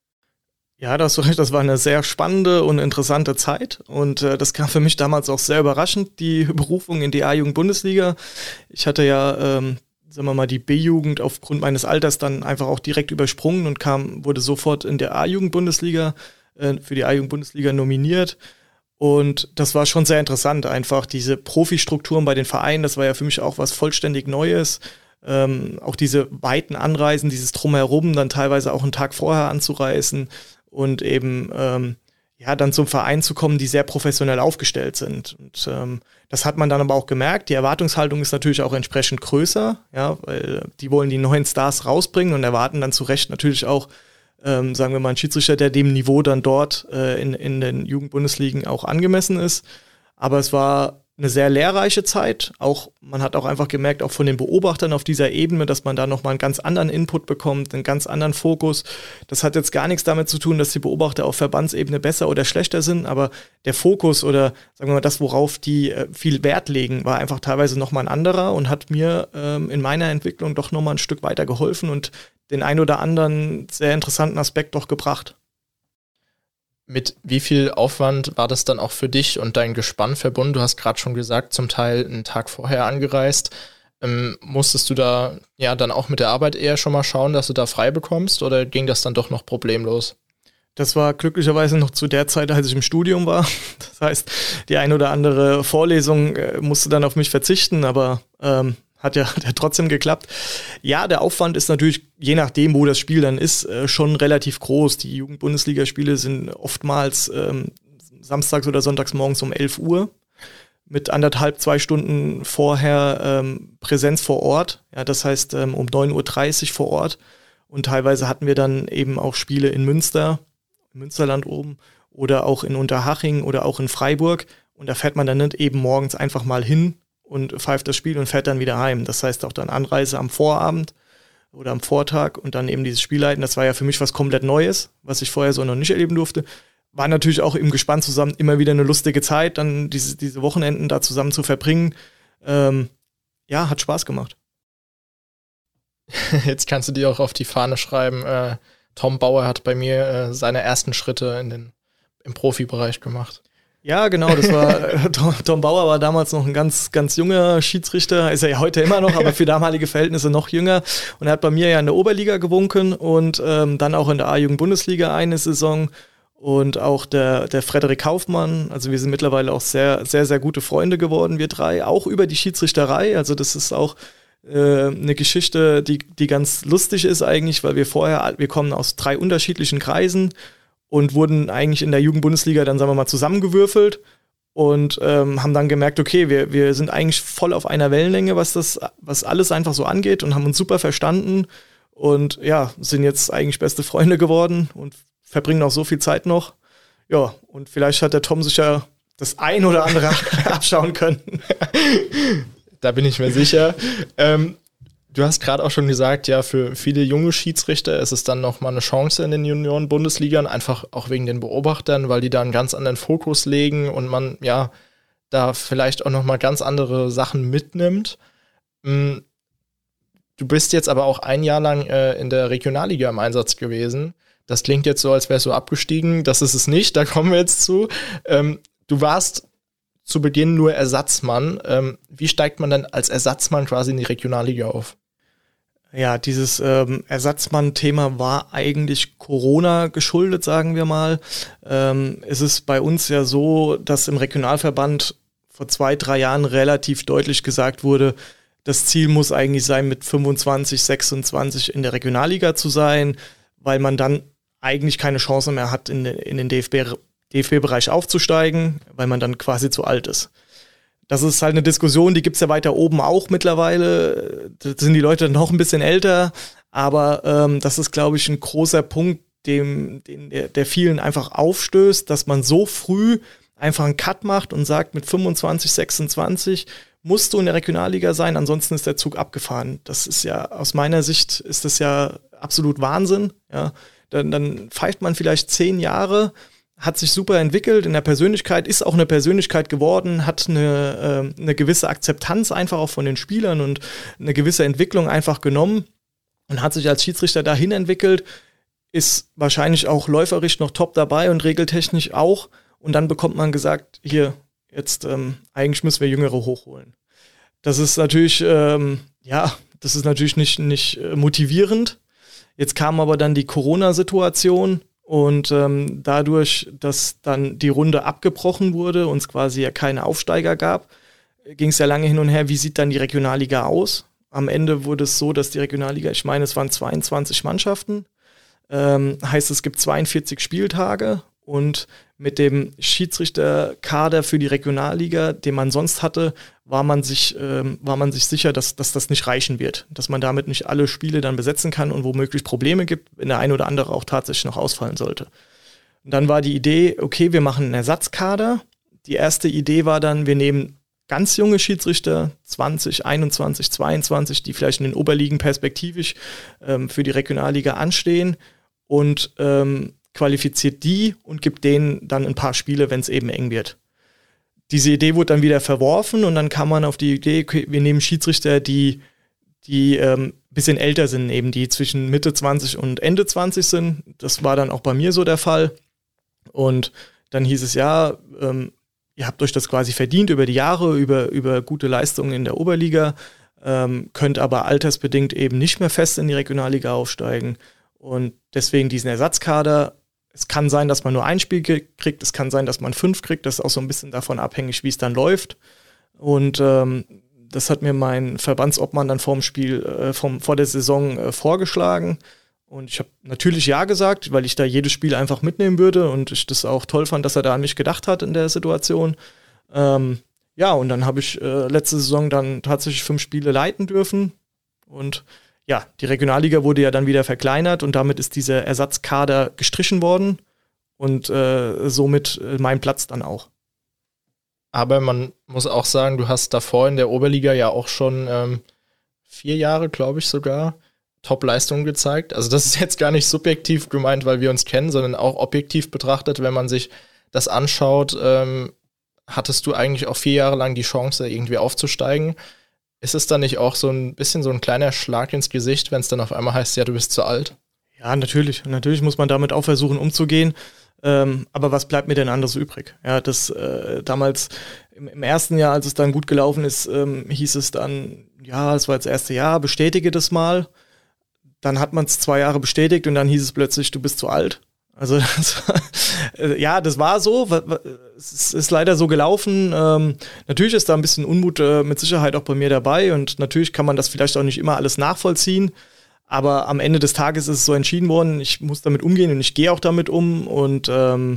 Ja, das war eine sehr spannende und interessante Zeit und das kam für mich damals auch sehr überraschend, die Berufung in die A-Jugend-Bundesliga. Ich hatte ja, sagen wir mal, die B-Jugend aufgrund meines Alters dann einfach auch direkt übersprungen und wurde sofort in der A-Jugend-Bundesliga, für die A-Jugend-Bundesliga nominiert. Und das war schon sehr interessant, einfach diese Profistrukturen bei den Vereinen, das war ja für mich auch was vollständig Neues. Auch diese weiten Anreisen, dieses Drumherum, dann teilweise auch einen Tag vorher anzureisen und eben dann zum Verein zu kommen, die sehr professionell aufgestellt sind. Und das hat man dann aber auch gemerkt. Die Erwartungshaltung ist natürlich auch entsprechend größer, ja, weil die wollen die neuen Stars rausbringen und erwarten dann zu Recht natürlich auch, sagen wir mal, einen Schiedsrichter, der dem Niveau dann dort in den Jugendbundesligen auch angemessen ist. Aber es war eine sehr lehrreiche Zeit. Man hat auch einfach gemerkt, auch von den Beobachtern auf dieser Ebene, dass man da nochmal einen ganz anderen Input bekommt, einen ganz anderen Fokus. Das hat jetzt gar nichts damit zu tun, dass die Beobachter auf Verbandsebene besser oder schlechter sind, aber der Fokus oder sagen wir mal das, worauf die viel Wert legen, war einfach teilweise nochmal ein anderer und hat mir in meiner Entwicklung doch nochmal ein Stück weiter geholfen und den ein oder anderen sehr interessanten Aspekt doch gebracht. Mit wie viel Aufwand war das dann auch für dich und dein Gespann verbunden? Du hast gerade schon gesagt, zum Teil einen Tag vorher angereist. Musstest du da ja dann auch mit der Arbeit eher schon mal schauen, dass du da frei bekommst oder ging das dann doch noch problemlos? Das war glücklicherweise noch zu der Zeit, als ich im Studium war. Das heißt, die ein oder andere Vorlesung musste dann auf mich verzichten, aber hat ja trotzdem geklappt. Ja, der Aufwand ist natürlich, je nachdem, wo das Spiel dann ist, schon relativ groß. Die Jugend-Bundesligaspiele sind oftmals samstags oder sonntags morgens um 11 Uhr mit 1,5, 2 Stunden vorher Präsenz vor Ort. Ja, das heißt um 9:30 Uhr vor Ort. Und teilweise hatten wir dann eben auch Spiele in Münster, im Münsterland oben, oder auch in Unterhaching oder auch in Freiburg. Und da fährt man dann nicht eben morgens einfach mal hin und pfeift das Spiel und fährt dann wieder heim. Das heißt auch dann Anreise am Vorabend oder am Vortag und dann eben dieses Spielleiten. Das war ja für mich was komplett Neues, was ich vorher so noch nicht erleben durfte. War natürlich auch im Gespann zusammen immer wieder eine lustige Zeit, dann diese Wochenenden da zusammen zu verbringen. Ja, hat Spaß gemacht. Jetzt kannst du dir auch auf die Fahne schreiben, Tom Bauer hat bei mir seine ersten Schritte im Profibereich gemacht. Ja, genau, das war Tom Bauer war damals noch ein ganz, ganz junger Schiedsrichter, ist er ja heute immer noch, aber für damalige Verhältnisse noch jünger. Und er hat bei mir ja in der Oberliga gewunken und dann auch in der A-Jugend-Bundesliga eine Saison. Und auch der Frederik Kaufmann, also wir sind mittlerweile auch sehr, sehr, sehr gute Freunde geworden, wir drei, auch über die Schiedsrichterei. Also das ist auch eine Geschichte, die ganz lustig ist eigentlich, weil wir kommen aus 3 unterschiedlichen Kreisen und wurden eigentlich in der Jugendbundesliga dann, sagen wir mal, zusammengewürfelt und haben dann gemerkt, okay, wir sind eigentlich voll auf einer Wellenlänge, was alles einfach so angeht und haben uns super verstanden und ja, sind jetzt eigentlich beste Freunde geworden und verbringen auch so viel Zeit noch. Ja, und vielleicht hat der Tom sich ja das ein oder andere abschauen können. Da bin ich mir sicher. Du hast gerade auch schon gesagt, ja, für viele junge Schiedsrichter ist es dann nochmal eine Chance in den Junioren-Bundesligern, einfach auch wegen den Beobachtern, weil die da einen ganz anderen Fokus legen und man ja da vielleicht auch nochmal ganz andere Sachen mitnimmt. Du bist jetzt aber auch ein Jahr lang in der Regionalliga im Einsatz gewesen. Das klingt jetzt so, als wärst du abgestiegen. Das ist es nicht, da kommen wir jetzt zu. Du warst zu Beginn nur Ersatzmann. Wie steigt man denn als Ersatzmann quasi in die Regionalliga auf? Ja, dieses Ersatzmann-Thema war eigentlich Corona geschuldet, sagen wir mal. Es ist bei uns ja so, dass im Regionalverband vor 2, 3 Jahren relativ deutlich gesagt wurde, das Ziel muss eigentlich sein, mit 25, 26 in der Regionalliga zu sein, weil man dann eigentlich keine Chance mehr hat, in den DFB-Bereich aufzusteigen, weil man dann quasi zu alt ist. Das ist halt eine Diskussion, die gibt's ja weiter oben auch mittlerweile. Da sind die Leute noch ein bisschen älter, aber das ist, glaube ich, ein großer Punkt, der vielen einfach aufstößt, dass man so früh einfach einen Cut macht und sagt, mit 25, 26 musst du in der Regionalliga sein, ansonsten ist der Zug abgefahren. Das ist ja, aus meiner Sicht ist das ja absolut Wahnsinn. Ja. Dann pfeift man vielleicht 10 Jahre, hat sich super entwickelt in der Persönlichkeit, ist auch eine Persönlichkeit geworden, hat eine gewisse Akzeptanz einfach auch von den Spielern und eine gewisse Entwicklung einfach genommen und hat sich als Schiedsrichter dahin entwickelt, ist wahrscheinlich auch läuferisch noch top dabei und regeltechnisch auch. Und dann bekommt man gesagt, hier, jetzt eigentlich müssen wir Jüngere hochholen. Das ist natürlich, das ist natürlich nicht motivierend. Jetzt kam aber dann die Corona-Situation und dadurch, dass dann die Runde abgebrochen wurde und es quasi ja keine Aufsteiger gab, ging es ja lange hin und her, wie sieht dann die Regionalliga aus? Am Ende wurde es so, dass die Regionalliga, ich meine, es waren 22 Mannschaften, heißt es gibt 42 Spieltage und mit dem Schiedsrichterkader für die Regionalliga, den man sonst hatte, war man sich sicher, dass das nicht reichen wird, dass man damit nicht alle Spiele dann besetzen kann und womöglich Probleme gibt, wenn der eine oder andere auch tatsächlich noch ausfallen sollte. Und dann war die Idee, okay, wir machen einen Ersatzkader. Die erste Idee war dann, wir nehmen ganz junge Schiedsrichter, 20, 21, 22, die vielleicht in den Oberligen perspektivisch für die Regionalliga anstehen und qualifiziert die und gibt denen dann ein paar Spiele, wenn es eben eng wird. Diese Idee wurde dann wieder verworfen und dann kam man auf die Idee, okay, wir nehmen Schiedsrichter, die bisschen älter sind, eben die zwischen Mitte 20 und Ende 20 sind. Das war dann auch bei mir so der Fall. Und dann hieß es ja, ihr habt euch das quasi verdient über die Jahre, über gute Leistungen in der Oberliga, könnt aber altersbedingt eben nicht mehr fest in die Regionalliga aufsteigen. Und deswegen diesen Ersatzkader. Es kann sein, dass man nur ein Spiel kriegt, es kann sein, dass man 5 kriegt. Das ist auch so ein bisschen davon abhängig, wie es dann läuft. Und dann Das hat mir mein Verbandsobmann dann vor der Saison vorgeschlagen. Und ich habe natürlich ja gesagt, weil ich da jedes Spiel einfach mitnehmen würde und ich das auch toll fand, dass er da an mich gedacht hat in der Situation. Und dann habe ich letzte Saison dann tatsächlich 5 Spiele leiten dürfen. Und ja, die Regionalliga wurde ja dann wieder verkleinert und damit ist dieser Ersatzkader gestrichen worden und somit mein Platz dann auch. Aber man muss auch sagen, du hast davor in der Oberliga ja auch schon 4 Jahre, glaube ich sogar, Top-Leistungen gezeigt. Also das ist jetzt gar nicht subjektiv gemeint, weil wir uns kennen, sondern auch objektiv betrachtet, wenn man sich das anschaut, hattest du eigentlich auch 4 Jahre lang die Chance, irgendwie aufzusteigen. Ist es dann nicht auch so ein bisschen so ein kleiner Schlag ins Gesicht, wenn es dann auf einmal heißt, ja, du bist zu alt? Ja, natürlich. Natürlich muss man damit auch versuchen, umzugehen. Aber was bleibt mir denn anderes übrig? Ja, das damals im ersten Jahr, als es dann gut gelaufen ist, hieß es dann, ja, es war das erste Jahr, bestätige das mal. Dann hat man es 2 Jahre bestätigt und dann hieß es plötzlich, du bist zu alt. Also das war so, es ist leider so gelaufen. Natürlich ist da ein bisschen Unmut mit Sicherheit auch bei mir dabei und natürlich kann man das vielleicht auch nicht immer alles nachvollziehen, aber am Ende des Tages ist es so entschieden worden, ich muss damit umgehen und ich gehe auch damit um und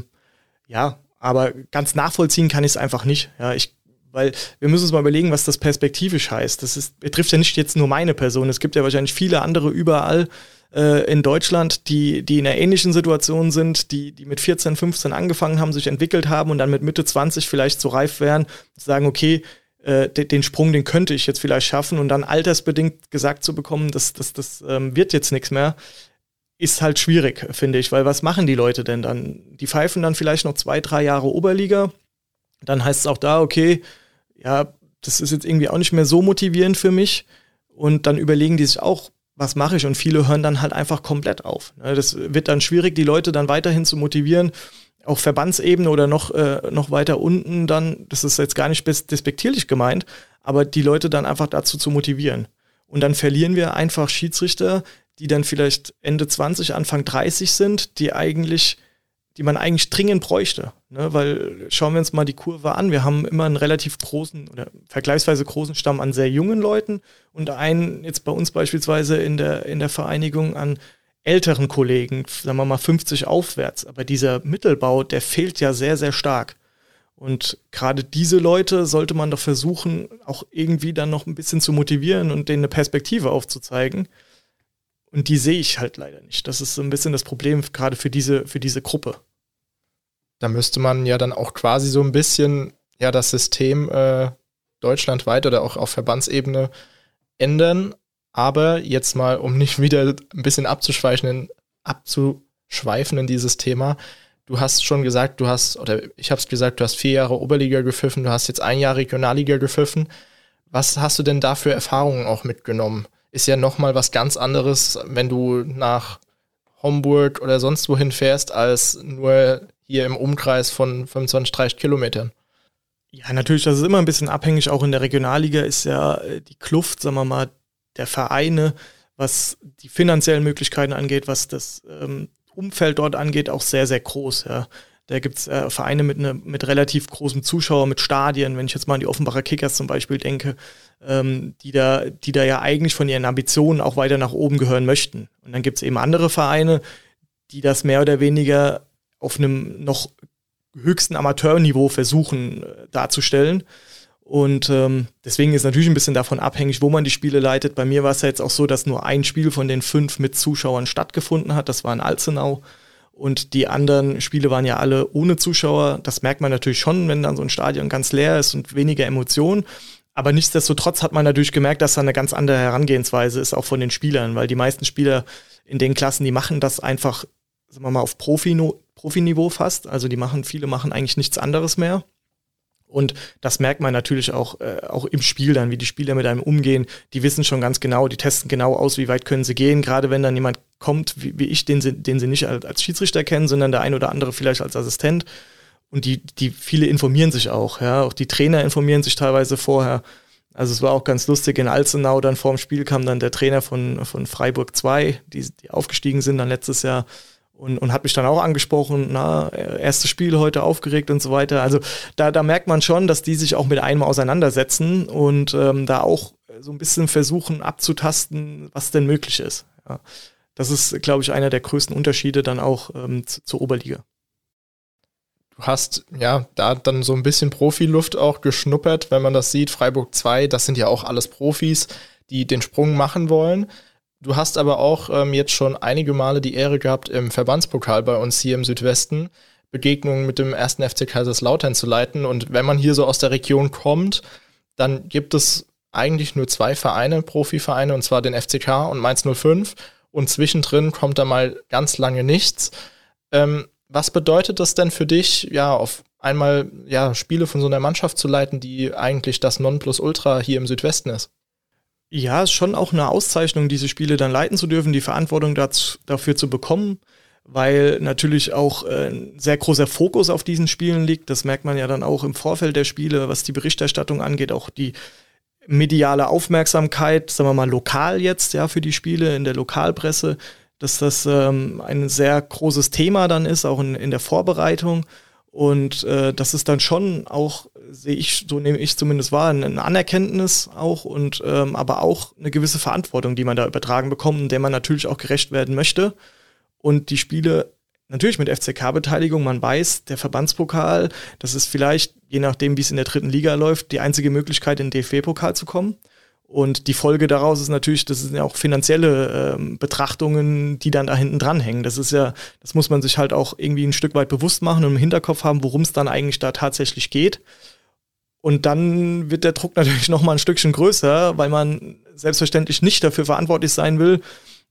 aber ganz nachvollziehen kann ich es einfach nicht. Ja, weil wir müssen uns mal überlegen, was das perspektivisch heißt. Betrifft ja nicht jetzt nur meine Person, es gibt ja wahrscheinlich viele andere überall in Deutschland, die in einer ähnlichen Situation sind, die mit 14, 15 angefangen haben, sich entwickelt haben und dann mit Mitte 20 vielleicht so reif wären, sagen, okay, den Sprung, den könnte ich jetzt vielleicht schaffen und dann altersbedingt gesagt zu bekommen, das wird jetzt nichts mehr, ist halt schwierig, finde ich, weil was machen die Leute denn dann? Die pfeifen dann vielleicht noch 2, 3 Jahre Oberliga, dann heißt es auch da, okay, ja, das ist jetzt irgendwie auch nicht mehr so motivierend für mich und dann überlegen die sich auch, was mache ich? Und viele hören dann halt einfach komplett auf. Das wird dann schwierig, die Leute dann weiterhin zu motivieren, auch Verbandsebene oder noch weiter unten dann, das ist jetzt gar nicht despektierlich gemeint, aber die Leute dann einfach dazu zu motivieren. Und dann verlieren wir einfach Schiedsrichter, die dann vielleicht Ende 20, Anfang 30 sind, die man eigentlich dringend bräuchte. Ne? Weil schauen wir uns mal die Kurve an. Wir haben immer einen relativ großen oder vergleichsweise großen Stamm an sehr jungen Leuten und einen jetzt bei uns beispielsweise in der Vereinigung an älteren Kollegen, sagen wir mal 50 aufwärts. Aber dieser Mittelbau, der fehlt ja sehr, sehr stark. Und gerade diese Leute sollte man doch versuchen, auch irgendwie dann noch ein bisschen zu motivieren und denen eine Perspektive aufzuzeigen. Und die sehe ich halt leider nicht. Das ist so ein bisschen das Problem gerade für diese Gruppe. Da müsste man ja dann auch quasi so ein bisschen das System deutschlandweit oder auch auf Verbandsebene ändern. Aber jetzt mal, um nicht wieder ein bisschen abzuschweifen in dieses Thema. Du hast schon gesagt, ich habe es gesagt, du hast 4 Jahre Oberliga gepfiffen, du hast jetzt 1 Jahr Regionalliga gepfiffen. Was hast du denn da für Erfahrungen auch mitgenommen? Ist ja nochmal was ganz anderes, wenn du nach Homburg oder sonst wohin fährst, als nur hier im Umkreis von 25, 30 Kilometern. Ja, natürlich, das ist immer ein bisschen abhängig. Auch in der Regionalliga ist ja die Kluft, sagen wir mal, der Vereine, was die finanziellen Möglichkeiten angeht, was das Umfeld dort angeht, auch sehr, sehr groß. Ja. Da gibt es Vereine mit relativ großem Zuschauer, mit Stadien, wenn ich jetzt mal an die Offenbacher Kickers zum Beispiel denke, die da ja eigentlich von ihren Ambitionen auch weiter nach oben gehören möchten. Und dann gibt es eben andere Vereine, die das mehr oder weniger auf einem noch höchsten Amateurniveau versuchen darzustellen. Und deswegen ist natürlich ein bisschen davon abhängig, wo man die Spiele leitet. Bei mir war es ja jetzt auch so, dass nur ein Spiel von den 5 mit Zuschauern stattgefunden hat. Das war in Alzenau. Und die anderen Spiele waren ja alle ohne Zuschauer. Das merkt man natürlich schon, wenn dann so ein Stadion ganz leer ist und weniger Emotionen. Aber nichtsdestotrotz hat man natürlich gemerkt, dass da eine ganz andere Herangehensweise ist, auch von den Spielern. Weil die meisten Spieler in den Klassen, die machen das einfach, sagen wir mal, auf Profiniveau fast. Also viele machen eigentlich nichts anderes mehr. Und das merkt man natürlich auch im Spiel dann, wie die Spieler mit einem umgehen. Die wissen schon ganz genau, die testen genau aus, wie weit können sie gehen. Gerade wenn dann jemand kommt, wie ich, den sie nicht als Schiedsrichter kennen, sondern der ein oder andere vielleicht als Assistent. Und die viele informieren sich auch. Ja, auch die Trainer informieren sich teilweise vorher. Also es war auch ganz lustig, in Alzenau dann vorm Spiel kam dann der Trainer von Freiburg 2, die aufgestiegen sind dann letztes Jahr. und hat mich dann auch angesprochen, erstes Spiel heute aufgeregt und so weiter. Also da merkt man schon, dass die sich auch mit einem auseinandersetzen und da auch so ein bisschen versuchen abzutasten, was denn möglich ist. Ja. Das ist, glaube ich, einer der größten Unterschiede dann auch zur Oberliga. Du hast ja da dann so ein bisschen Profiluft auch geschnuppert, wenn man das sieht. Freiburg 2, das sind ja auch alles Profis, die den Sprung machen wollen. Du hast aber auch jetzt schon einige Male die Ehre gehabt, im Verbandspokal bei uns hier im Südwesten Begegnungen mit dem 1. FC Kaiserslautern zu leiten. Und wenn man hier so aus der Region kommt, dann gibt es eigentlich nur 2 Vereine, Profivereine, und zwar den FCK und Mainz 05. Und zwischendrin kommt da mal ganz lange nichts. Was bedeutet das denn für dich, ja, auf einmal Spiele von so einer Mannschaft zu leiten, die eigentlich das Nonplusultra hier im Südwesten ist? Ja, ist schon auch eine Auszeichnung, diese Spiele dann leiten zu dürfen, die Verantwortung dafür zu bekommen, weil natürlich auch ein sehr großer Fokus auf diesen Spielen liegt. Das merkt man ja dann auch im Vorfeld der Spiele, was die Berichterstattung angeht, auch die mediale Aufmerksamkeit, sagen wir mal lokal jetzt, ja, für die Spiele in der Lokalpresse, dass das ein sehr großes Thema dann ist, auch in der Vorbereitung. Und das ist dann schon auch, so nehme ich zumindest wahr, ein Anerkenntnis auch und aber auch eine gewisse Verantwortung, die man da übertragen bekommt und der man natürlich auch gerecht werden möchte. Und die Spiele natürlich mit FCK-Beteiligung, man weiß, der Verbandspokal, das ist vielleicht, je nachdem wie es in der 3. Liga läuft, die einzige Möglichkeit, in den DFB-Pokal zu kommen. Und die Folge daraus ist natürlich, das sind ja auch finanzielle Betrachtungen, die dann da hinten dran hängen. Das muss man sich halt auch irgendwie ein Stück weit bewusst machen und im Hinterkopf haben, worum es dann eigentlich da tatsächlich geht. Und dann wird der Druck natürlich noch mal ein Stückchen größer, weil man selbstverständlich nicht dafür verantwortlich sein will,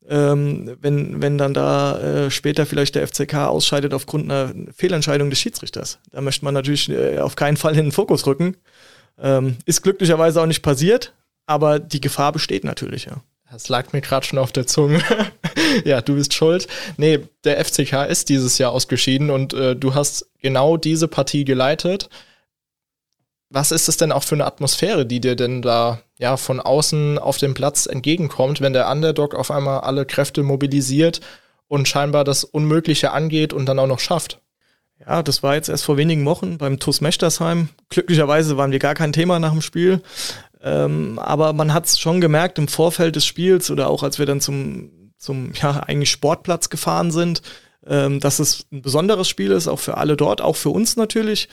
wenn dann da später vielleicht der FCK ausscheidet aufgrund einer Fehlentscheidung des Schiedsrichters. Da möchte man natürlich auf keinen Fall in den Fokus rücken. Ist glücklicherweise auch nicht passiert. Aber die Gefahr besteht natürlich, ja. Das lag mir gerade schon auf der Zunge. Ja, du bist schuld. Nee, der FCK ist dieses Jahr ausgeschieden und du hast genau diese Partie geleitet. Was ist es denn auch für eine Atmosphäre, die dir denn da von außen auf dem Platz entgegenkommt, wenn der Underdog auf einmal alle Kräfte mobilisiert und scheinbar das Unmögliche angeht und dann auch noch schafft? Ja, das war jetzt erst vor wenigen Wochen beim TuS Mechtersheim. Glücklicherweise waren wir gar kein Thema nach dem Spiel. Aber man hat es schon gemerkt im Vorfeld des Spiels oder auch als wir dann zum eigentlich Sportplatz gefahren sind, dass es ein besonderes Spiel ist, auch für alle dort, auch für uns natürlich.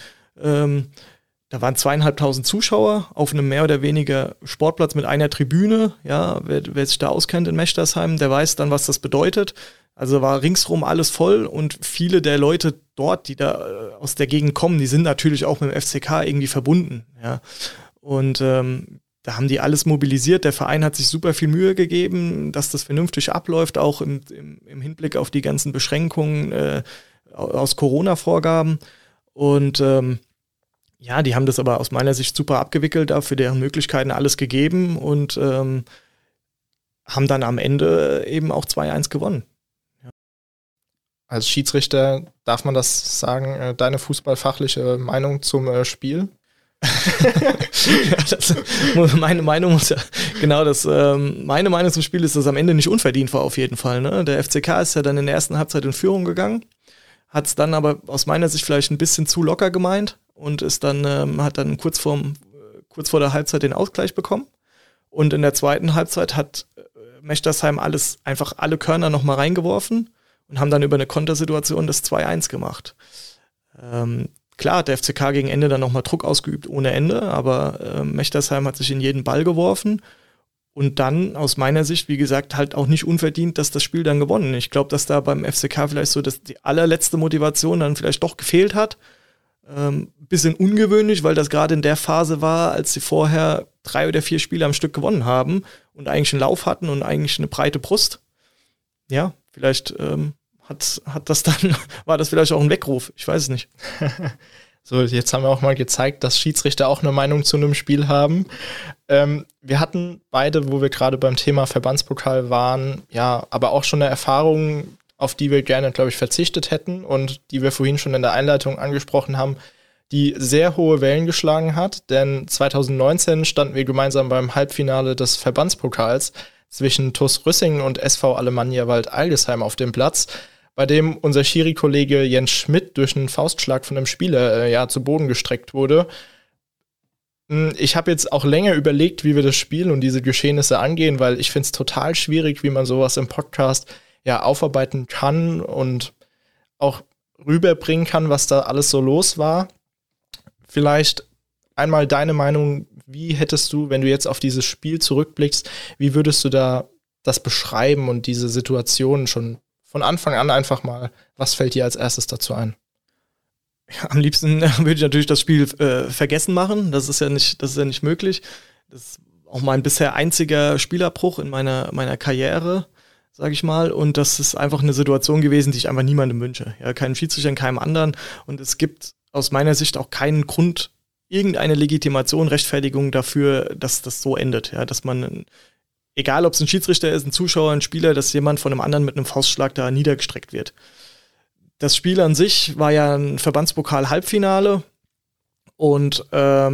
Da waren 2.500 Zuschauer auf einem mehr oder weniger Sportplatz mit einer Tribüne. Ja, wer sich da auskennt in Mechtersheim, der weiß dann, was das bedeutet. Also war ringsrum alles voll und viele der Leute dort, die da aus der Gegend kommen, die sind natürlich auch mit dem FCK irgendwie verbunden. Ja. Und da haben die alles mobilisiert. Der Verein hat sich super viel Mühe gegeben, dass das vernünftig abläuft, auch im Hinblick auf die ganzen Beschränkungen aus Corona-Vorgaben. Und die haben das aber aus meiner Sicht super abgewickelt, für deren Möglichkeiten alles gegeben und haben dann am Ende eben auch 2-1 gewonnen. Ja. Als Schiedsrichter darf man das sagen, deine fußballfachliche Meinung zum Spiel? Meine Meinung zum Spiel ist, dass es am Ende nicht unverdient war auf jeden Fall. Ne? Der FCK ist ja dann in der ersten Halbzeit in Führung gegangen, hat es dann aber aus meiner Sicht vielleicht ein bisschen zu locker gemeint und hat dann kurz vor der Halbzeit den Ausgleich bekommen. Und in der zweiten Halbzeit hat Mechtersheim alle Körner nochmal reingeworfen und haben dann über eine Kontersituation das 2-1 gemacht. Klar hat der FCK gegen Ende dann nochmal Druck ausgeübt ohne Ende, aber Mechtersheim hat sich in jeden Ball geworfen und dann aus meiner Sicht, wie gesagt, halt auch nicht unverdient, dass das Spiel dann gewonnen. Ich glaube, dass da beim FCK vielleicht so die allerletzte Motivation dann vielleicht doch gefehlt hat. Bisschen ungewöhnlich, weil das gerade in der Phase war, als sie vorher 3 oder 4 Spiele am Stück gewonnen haben und eigentlich einen Lauf hatten und eigentlich eine breite Brust. Ja, vielleicht war das vielleicht auch ein Weckruf, ich weiß es nicht. So, jetzt haben wir auch mal gezeigt, dass Schiedsrichter auch eine Meinung zu einem Spiel haben. Wir hatten beide, wo wir gerade beim Thema Verbandspokal waren, aber auch schon eine Erfahrung, auf die wir gerne, glaube ich, verzichtet hätten und die wir vorhin schon in der Einleitung angesprochen haben, die sehr hohe Wellen geschlagen hat, denn 2019 standen wir gemeinsam beim Halbfinale des Verbandspokals zwischen TuS Rüssingen und SV Alemannia Wald Algesheim auf dem Platz. bei dem unser Schiri-Kollege Jens Schmidt durch einen Faustschlag von einem Spieler zu Boden gestreckt wurde. Ich habe jetzt auch länger überlegt, wie wir das Spiel und diese Geschehnisse angehen, weil ich finde es total schwierig, wie man sowas im Podcast aufarbeiten kann und auch rüberbringen kann, was da alles so los war. Vielleicht einmal deine Meinung, wie hättest du, wenn du jetzt auf dieses Spiel zurückblickst, wie würdest du da das beschreiben und diese Situation schon von Anfang an einfach mal, was fällt dir als erstes dazu ein? Ja, am liebsten würde ich natürlich das Spiel vergessen machen. Das ist ja nicht möglich. Das ist auch mein bisher einziger Spielabbruch in meiner Karriere, sage ich mal. Und das ist einfach eine Situation gewesen, die ich einfach niemandem wünsche. Ja, keinem Schiedsrichter, keinem anderen. Und es gibt aus meiner Sicht auch keinen Grund, irgendeine Legitimation, Rechtfertigung dafür, dass das so endet. Ja, dass man, egal ob es ein Schiedsrichter ist, ein Zuschauer, ein Spieler, dass jemand von einem anderen mit einem Faustschlag da niedergestreckt wird. Das Spiel an sich war ja ein Verbandspokal-Halbfinale und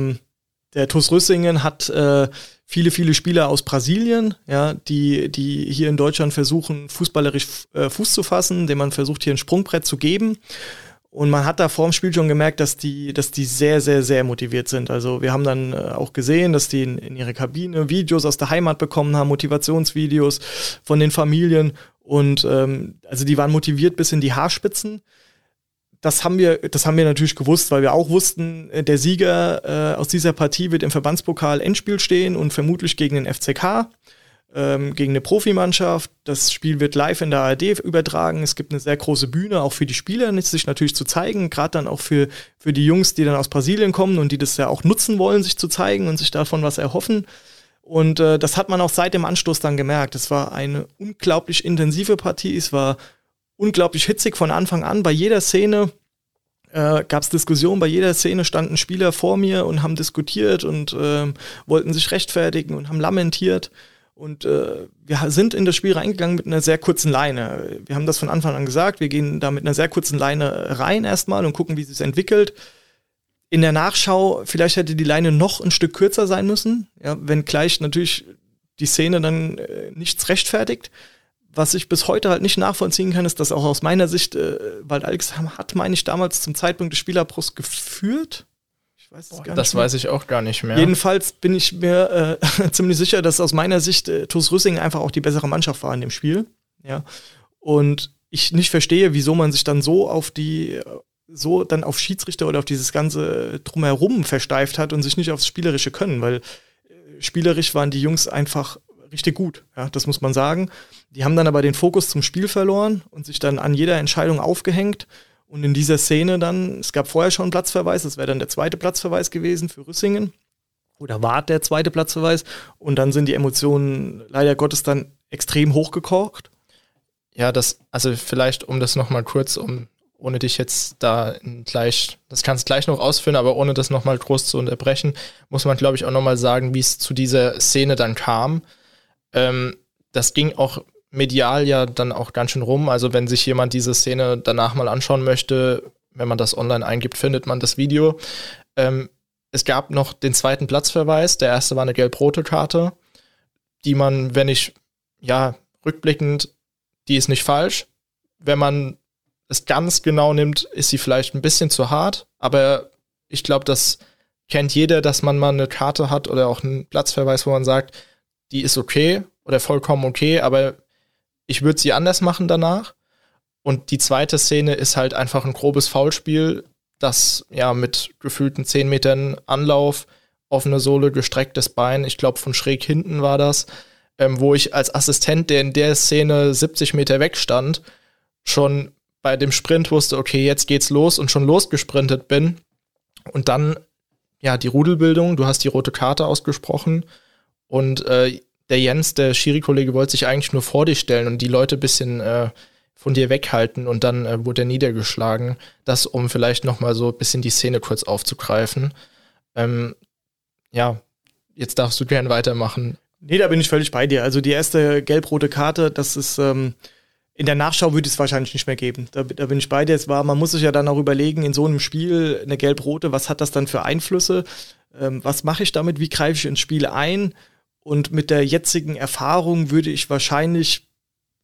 der TuS Rüssingen hat viele Spieler aus Brasilien, ja, die hier in Deutschland versuchen, fußballerisch Fuß zu fassen, denen man versucht, hier ein Sprungbrett zu geben. Und man hat da vor dem Spiel schon gemerkt, dass die sehr, sehr, sehr motiviert sind. Also wir haben dann auch gesehen, dass die in ihrer Kabine Videos aus der Heimat bekommen haben, Motivationsvideos von den Familien. Und also die waren motiviert bis in die Haarspitzen. Das haben wir natürlich gewusst, weil wir auch wussten, der Sieger aus dieser Partie wird im Verbandspokal Endspiel stehen und vermutlich gegen den FCK. Gegen eine Profimannschaft. Das Spiel wird live in der ARD übertragen. Es gibt eine sehr große Bühne, auch für die Spieler, sich natürlich zu zeigen. Gerade dann auch für die Jungs, die dann aus Brasilien kommen und die das ja auch nutzen wollen, sich zu zeigen und sich davon was erhoffen. Und das hat man auch seit dem Anstoß dann gemerkt. Es war eine unglaublich intensive Partie. Es war unglaublich hitzig von Anfang an. Bei jeder Szene gab es Diskussionen. Bei jeder Szene standen Spieler vor mir und haben diskutiert und wollten sich rechtfertigen und haben lamentiert. Und wir sind in das Spiel reingegangen mit einer sehr kurzen Leine. Wir haben das von Anfang an gesagt, wir gehen da mit einer sehr kurzen Leine rein erstmal und gucken, wie es sich entwickelt. In der Nachschau, vielleicht hätte die Leine noch ein Stück kürzer sein müssen, ja, wenngleich natürlich die Szene dann nichts rechtfertigt. Was ich bis heute halt nicht nachvollziehen kann, ist, dass auch aus meiner Sicht, weil Alex hat, meine ich, damals zum Zeitpunkt des Spielabbruchs geführt. Das weiß ich auch gar nicht mehr. Jedenfalls bin ich mir ziemlich sicher, dass aus meiner Sicht TuS Rüssingen einfach auch die bessere Mannschaft war in dem Spiel. Ja. Und ich nicht verstehe, wieso man sich dann so auf Schiedsrichter oder auf dieses ganze Drumherum versteift hat und sich nicht aufs spielerische Können, weil spielerisch waren die Jungs einfach richtig gut. Ja, das muss man sagen. Die haben dann aber den Fokus zum Spiel verloren und sich dann an jeder Entscheidung aufgehängt. Und in dieser Szene dann, es gab vorher schon einen Platzverweis, das wäre dann der zweite Platzverweis gewesen für Rüssingen. Oder war der zweite Platzverweis. Und dann sind die Emotionen leider Gottes dann extrem hochgekocht. Ja, also vielleicht, um das nochmal kurz, ohne dich jetzt das kannst du gleich noch ausführen, aber ohne das nochmal groß zu unterbrechen, muss man, glaube ich, auch nochmal sagen, wie es zu dieser Szene dann kam. Das ging auch medial ja dann auch ganz schön rum. Also wenn sich jemand diese Szene danach mal anschauen möchte, wenn man das online eingibt, findet man das Video. Es gab noch den zweiten Platzverweis. Der erste war eine gelb-rote Karte, die man, rückblickend, die ist nicht falsch. Wenn man es ganz genau nimmt, ist sie vielleicht ein bisschen zu hart. Aber ich glaube, das kennt jeder, dass man mal eine Karte hat oder auch einen Platzverweis, wo man sagt, die ist okay oder vollkommen okay, aber ich würde sie anders machen danach. Und die zweite Szene ist halt einfach ein grobes Foulspiel, das ja mit gefühlten 10 Metern Anlauf, offene Sohle, gestrecktes Bein, ich glaube von schräg hinten war das, wo ich als Assistent, der in der Szene 70 Meter weg stand, schon bei dem Sprint wusste, okay, jetzt geht's los und schon losgesprintet bin. Und dann, ja, die Rudelbildung, du hast die rote Karte ausgesprochen und der Jens, der Schiri-Kollege, wollte sich eigentlich nur vor dich stellen und die Leute ein bisschen von dir weghalten und dann wurde er niedergeschlagen. Das, um vielleicht nochmal so ein bisschen die Szene kurz aufzugreifen. Jetzt darfst du gern weitermachen. Nee, da bin ich völlig bei dir. Also die erste gelb-rote Karte, das ist in der Nachschau würde es wahrscheinlich nicht mehr geben. Da bin ich bei dir. Man muss sich ja dann auch überlegen, in so einem Spiel eine gelb-rote, was hat das dann für Einflüsse? Was mache ich damit? Wie greife ich ins Spiel ein? Und mit der jetzigen Erfahrung würde ich wahrscheinlich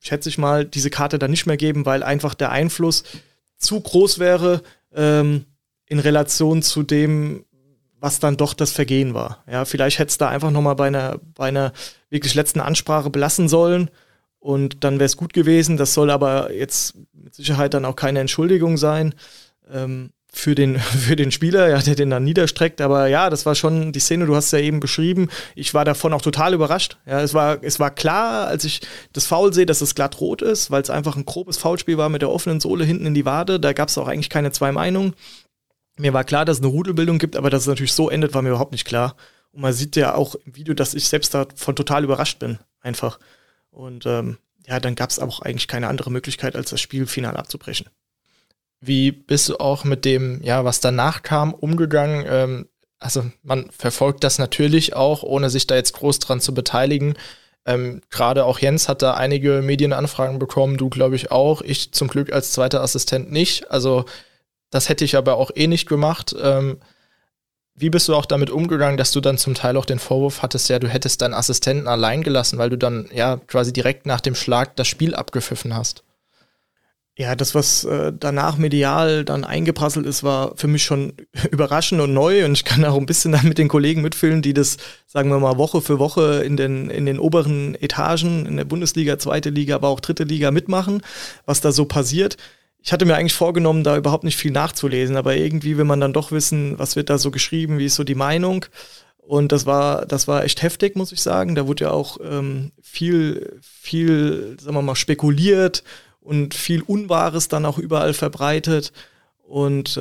schätze ich mal, diese Karte dann nicht mehr geben, weil einfach der Einfluss zu groß wäre in Relation zu dem, was dann doch das Vergehen war. Ja, vielleicht hätte es da einfach nochmal bei einer wirklich letzten Ansprache belassen sollen und dann wäre es gut gewesen. Das soll aber jetzt mit Sicherheit dann auch keine Entschuldigung sein für den Spieler, ja, der den dann niederstreckt. Aber ja, das war schon die Szene, du hast es ja eben beschrieben. Ich war davon auch total überrascht. Ja, es war klar, als ich das Foul sehe, dass es glatt rot ist, weil es einfach ein grobes Foulspiel war mit der offenen Sohle hinten in die Wade. Da gab es auch eigentlich keine zwei Meinungen. Mir war klar, dass es eine Rudelbildung gibt, aber dass es natürlich so endet, war mir überhaupt nicht klar. Und man sieht ja auch im Video, dass ich selbst davon total überrascht bin, einfach. Und ja, dann gab es auch eigentlich keine andere Möglichkeit, als das Spiel final abzubrechen. Wie bist du auch mit dem, ja, was danach kam, umgegangen? Also man verfolgt das natürlich auch, ohne sich da jetzt groß dran zu beteiligen. Gerade auch Jens hat da einige Medienanfragen bekommen, du glaube ich auch, ich zum Glück als zweiter Assistent nicht. Also das hätte ich aber auch nicht gemacht. Wie bist du auch damit umgegangen, dass du dann zum Teil auch den Vorwurf hattest, ja, du hättest deinen Assistenten allein gelassen, weil du dann ja quasi direkt nach dem Schlag das Spiel abgepfiffen hast? Ja, das, was danach medial dann eingeprasselt ist, war für mich schon überraschend und neu. Und ich kann auch ein bisschen dann mit den Kollegen mitfühlen, die das, sagen wir mal, Woche für Woche in den oberen Etagen, in der Bundesliga, zweite Liga, aber auch dritte Liga mitmachen, was da so passiert. Ich hatte mir eigentlich vorgenommen, da überhaupt nicht viel nachzulesen, aber irgendwie will man dann doch wissen, was wird da so geschrieben, wie ist so die Meinung. Und das war echt heftig, muss ich sagen. Da wurde ja auch viel, sagen wir mal, spekuliert und viel Unwahres dann auch überall verbreitet. Und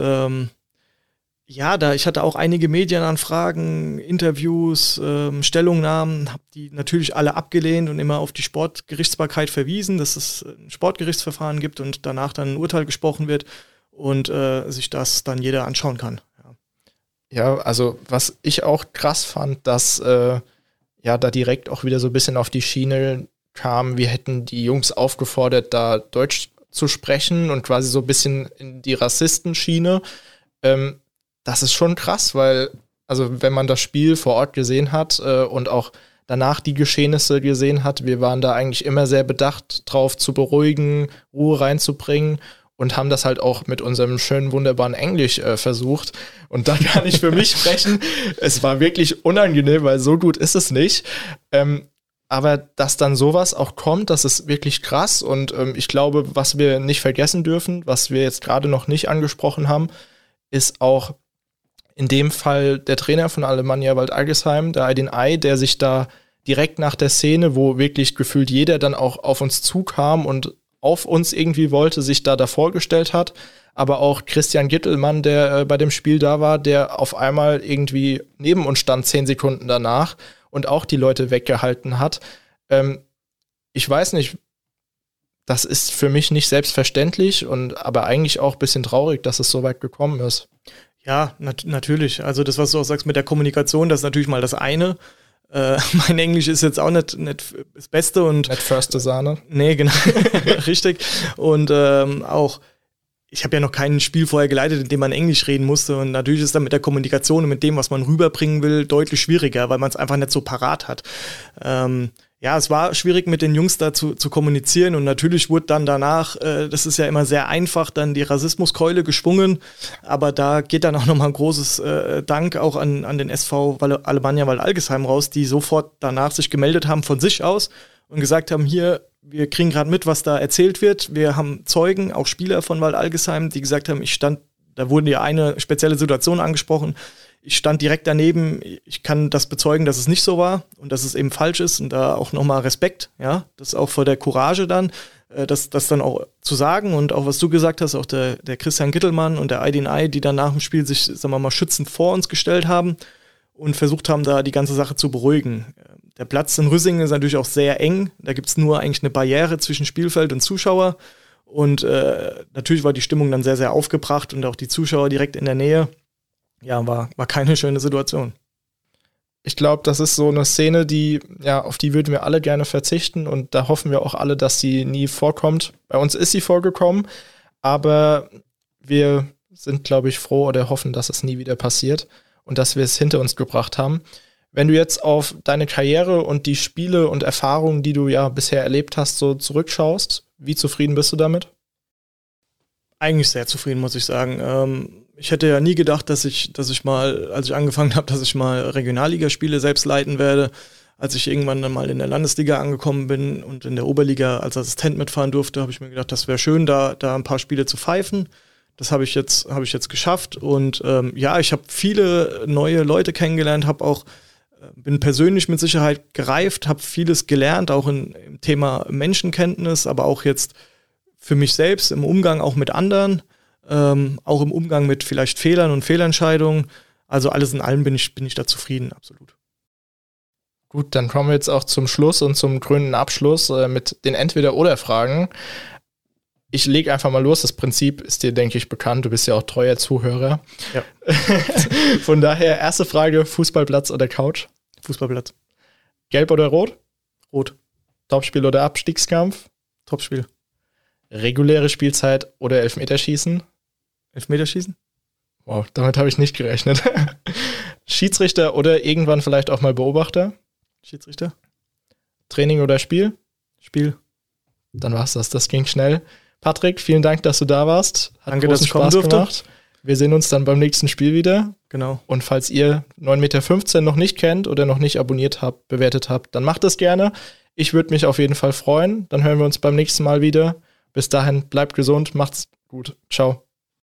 ja, ich hatte auch einige Medienanfragen, Interviews, Stellungnahmen, habe die natürlich alle abgelehnt und immer auf die Sportgerichtsbarkeit verwiesen, dass es ein Sportgerichtsverfahren gibt und danach dann ein Urteil gesprochen wird und sich das dann jeder anschauen kann. Ja, also was ich auch krass fand, dass ja da direkt auch wieder so ein bisschen auf die Schiene kam, wir hätten die Jungs aufgefordert, da Deutsch zu sprechen und quasi so ein bisschen in die Rassistenschiene. Das ist schon krass, weil, also wenn man das Spiel vor Ort gesehen hat und auch danach die Geschehnisse gesehen hat, wir waren da eigentlich immer sehr bedacht drauf zu beruhigen, Ruhe reinzubringen und haben das halt auch mit unserem schönen, wunderbaren Englisch versucht. Und da kann ich für mich sprechen, es war wirklich unangenehm, weil so gut ist es nicht. Aber dass dann sowas auch kommt, das ist wirklich krass. Und ich glaube, was wir nicht vergessen dürfen, was wir jetzt gerade noch nicht angesprochen haben, ist auch in dem Fall der Trainer von Alemannia Wald-Algesheim, der Aydin Ay, der sich da direkt nach der Szene, wo wirklich gefühlt jeder dann auch auf uns zukam und auf uns irgendwie wollte, sich da davor gestellt hat. Aber auch Christian Gittelmann, der bei dem Spiel da war, der auf einmal irgendwie neben uns stand 10 Sekunden danach und auch die Leute weggehalten hat. Ich weiß nicht, das ist für mich nicht selbstverständlich aber eigentlich auch ein bisschen traurig, dass es so weit gekommen ist. Ja, natürlich. Also das, was du auch sagst mit der Kommunikation, das ist natürlich mal das eine. Mein Englisch ist jetzt auch nicht das Beste und nicht förste Sahne. Nee, genau. Richtig. Und auch, ich habe ja noch kein Spiel vorher geleitet, in dem man Englisch reden musste. Und natürlich ist dann mit der Kommunikation und mit dem, was man rüberbringen will, deutlich schwieriger, weil man es einfach nicht so parat hat. Ja, es war schwierig, mit den Jungs da zu kommunizieren und natürlich wurde dann danach, das ist ja immer sehr einfach, dann die Rassismuskeule geschwungen, aber da geht dann auch nochmal ein großes Dank auch an den SV Alemannia Wald-Algesheim raus, die sofort danach sich gemeldet haben von sich aus und gesagt haben, hier, wir kriegen gerade mit, was da erzählt wird, wir haben Zeugen, auch Spieler von Wald-Algesheim, die gesagt haben, da wurde ja eine spezielle Situation angesprochen, ich stand direkt daneben, ich kann das bezeugen, dass es nicht so war und dass es eben falsch ist und da auch nochmal Respekt, ja, das auch vor der Courage dann, das dann auch zu sagen und auch was du gesagt hast, auch der Christian Gittelmann und der Aydin Ay, die dann nach dem Spiel sich, sagen wir mal, schützend vor uns gestellt haben und versucht haben, da die ganze Sache zu beruhigen. Der Platz in Rüssingen ist natürlich auch sehr eng, da gibt's nur eigentlich eine Barriere zwischen Spielfeld und Zuschauer und natürlich war die Stimmung dann sehr, sehr aufgebracht und auch die Zuschauer direkt in der Nähe. Ja, war keine schöne Situation. Ich glaube, das ist so eine Szene, auf die würden wir alle gerne verzichten und da hoffen wir auch alle, dass sie nie vorkommt. Bei uns ist sie vorgekommen, aber wir sind, glaube ich, froh oder hoffen, dass es nie wieder passiert und dass wir es hinter uns gebracht haben. Wenn du jetzt auf deine Karriere und die Spiele und Erfahrungen, die du ja bisher erlebt hast, so zurückschaust, wie zufrieden bist du damit? Eigentlich sehr zufrieden, muss ich sagen. Ich hätte ja nie gedacht, dass ich mal, als ich angefangen habe, dass ich mal Regionalligaspiele selbst leiten werde. Als ich irgendwann dann mal in der Landesliga angekommen bin und in der Oberliga als Assistent mitfahren durfte, habe ich mir gedacht, das wäre schön, da ein paar Spiele zu pfeifen. Das habe ich jetzt geschafft. Und ich habe viele neue Leute kennengelernt, bin persönlich mit Sicherheit gereift, habe vieles gelernt, auch im Thema Menschenkenntnis, aber auch jetzt für mich selbst im Umgang auch mit anderen, auch im Umgang mit vielleicht Fehlern und Fehlentscheidungen. Also alles in allem bin ich da zufrieden, absolut. Gut, dann kommen wir jetzt auch zum Schluss und zum krönenden Abschluss mit den Entweder-oder-Fragen. Ich lege einfach mal los. Das Prinzip ist dir, denke ich, bekannt. Du bist ja auch treuer Zuhörer. Ja. Von daher, erste Frage, Fußballplatz oder Couch? Fußballplatz. Gelb oder rot? Rot. Topspiel oder Abstiegskampf? Topspiel. Reguläre Spielzeit oder Elfmeterschießen? Elfmeterschießen? Wow, damit habe ich nicht gerechnet. Schiedsrichter oder irgendwann vielleicht auch mal Beobachter? Schiedsrichter. Training oder Spiel? Spiel. Dann war's das. Das ging schnell. Patrick, vielen Dank, dass du da warst. Hat Danke, dass ich kommen durfte. Wir sehen uns dann beim nächsten Spiel wieder. Genau. Und falls ihr 9,15 Meter noch nicht kennt oder noch nicht abonniert habt, bewertet habt, dann macht es gerne. Ich würde mich auf jeden Fall freuen. Dann hören wir uns beim nächsten Mal wieder. Bis dahin, bleibt gesund, macht's gut. Ciao.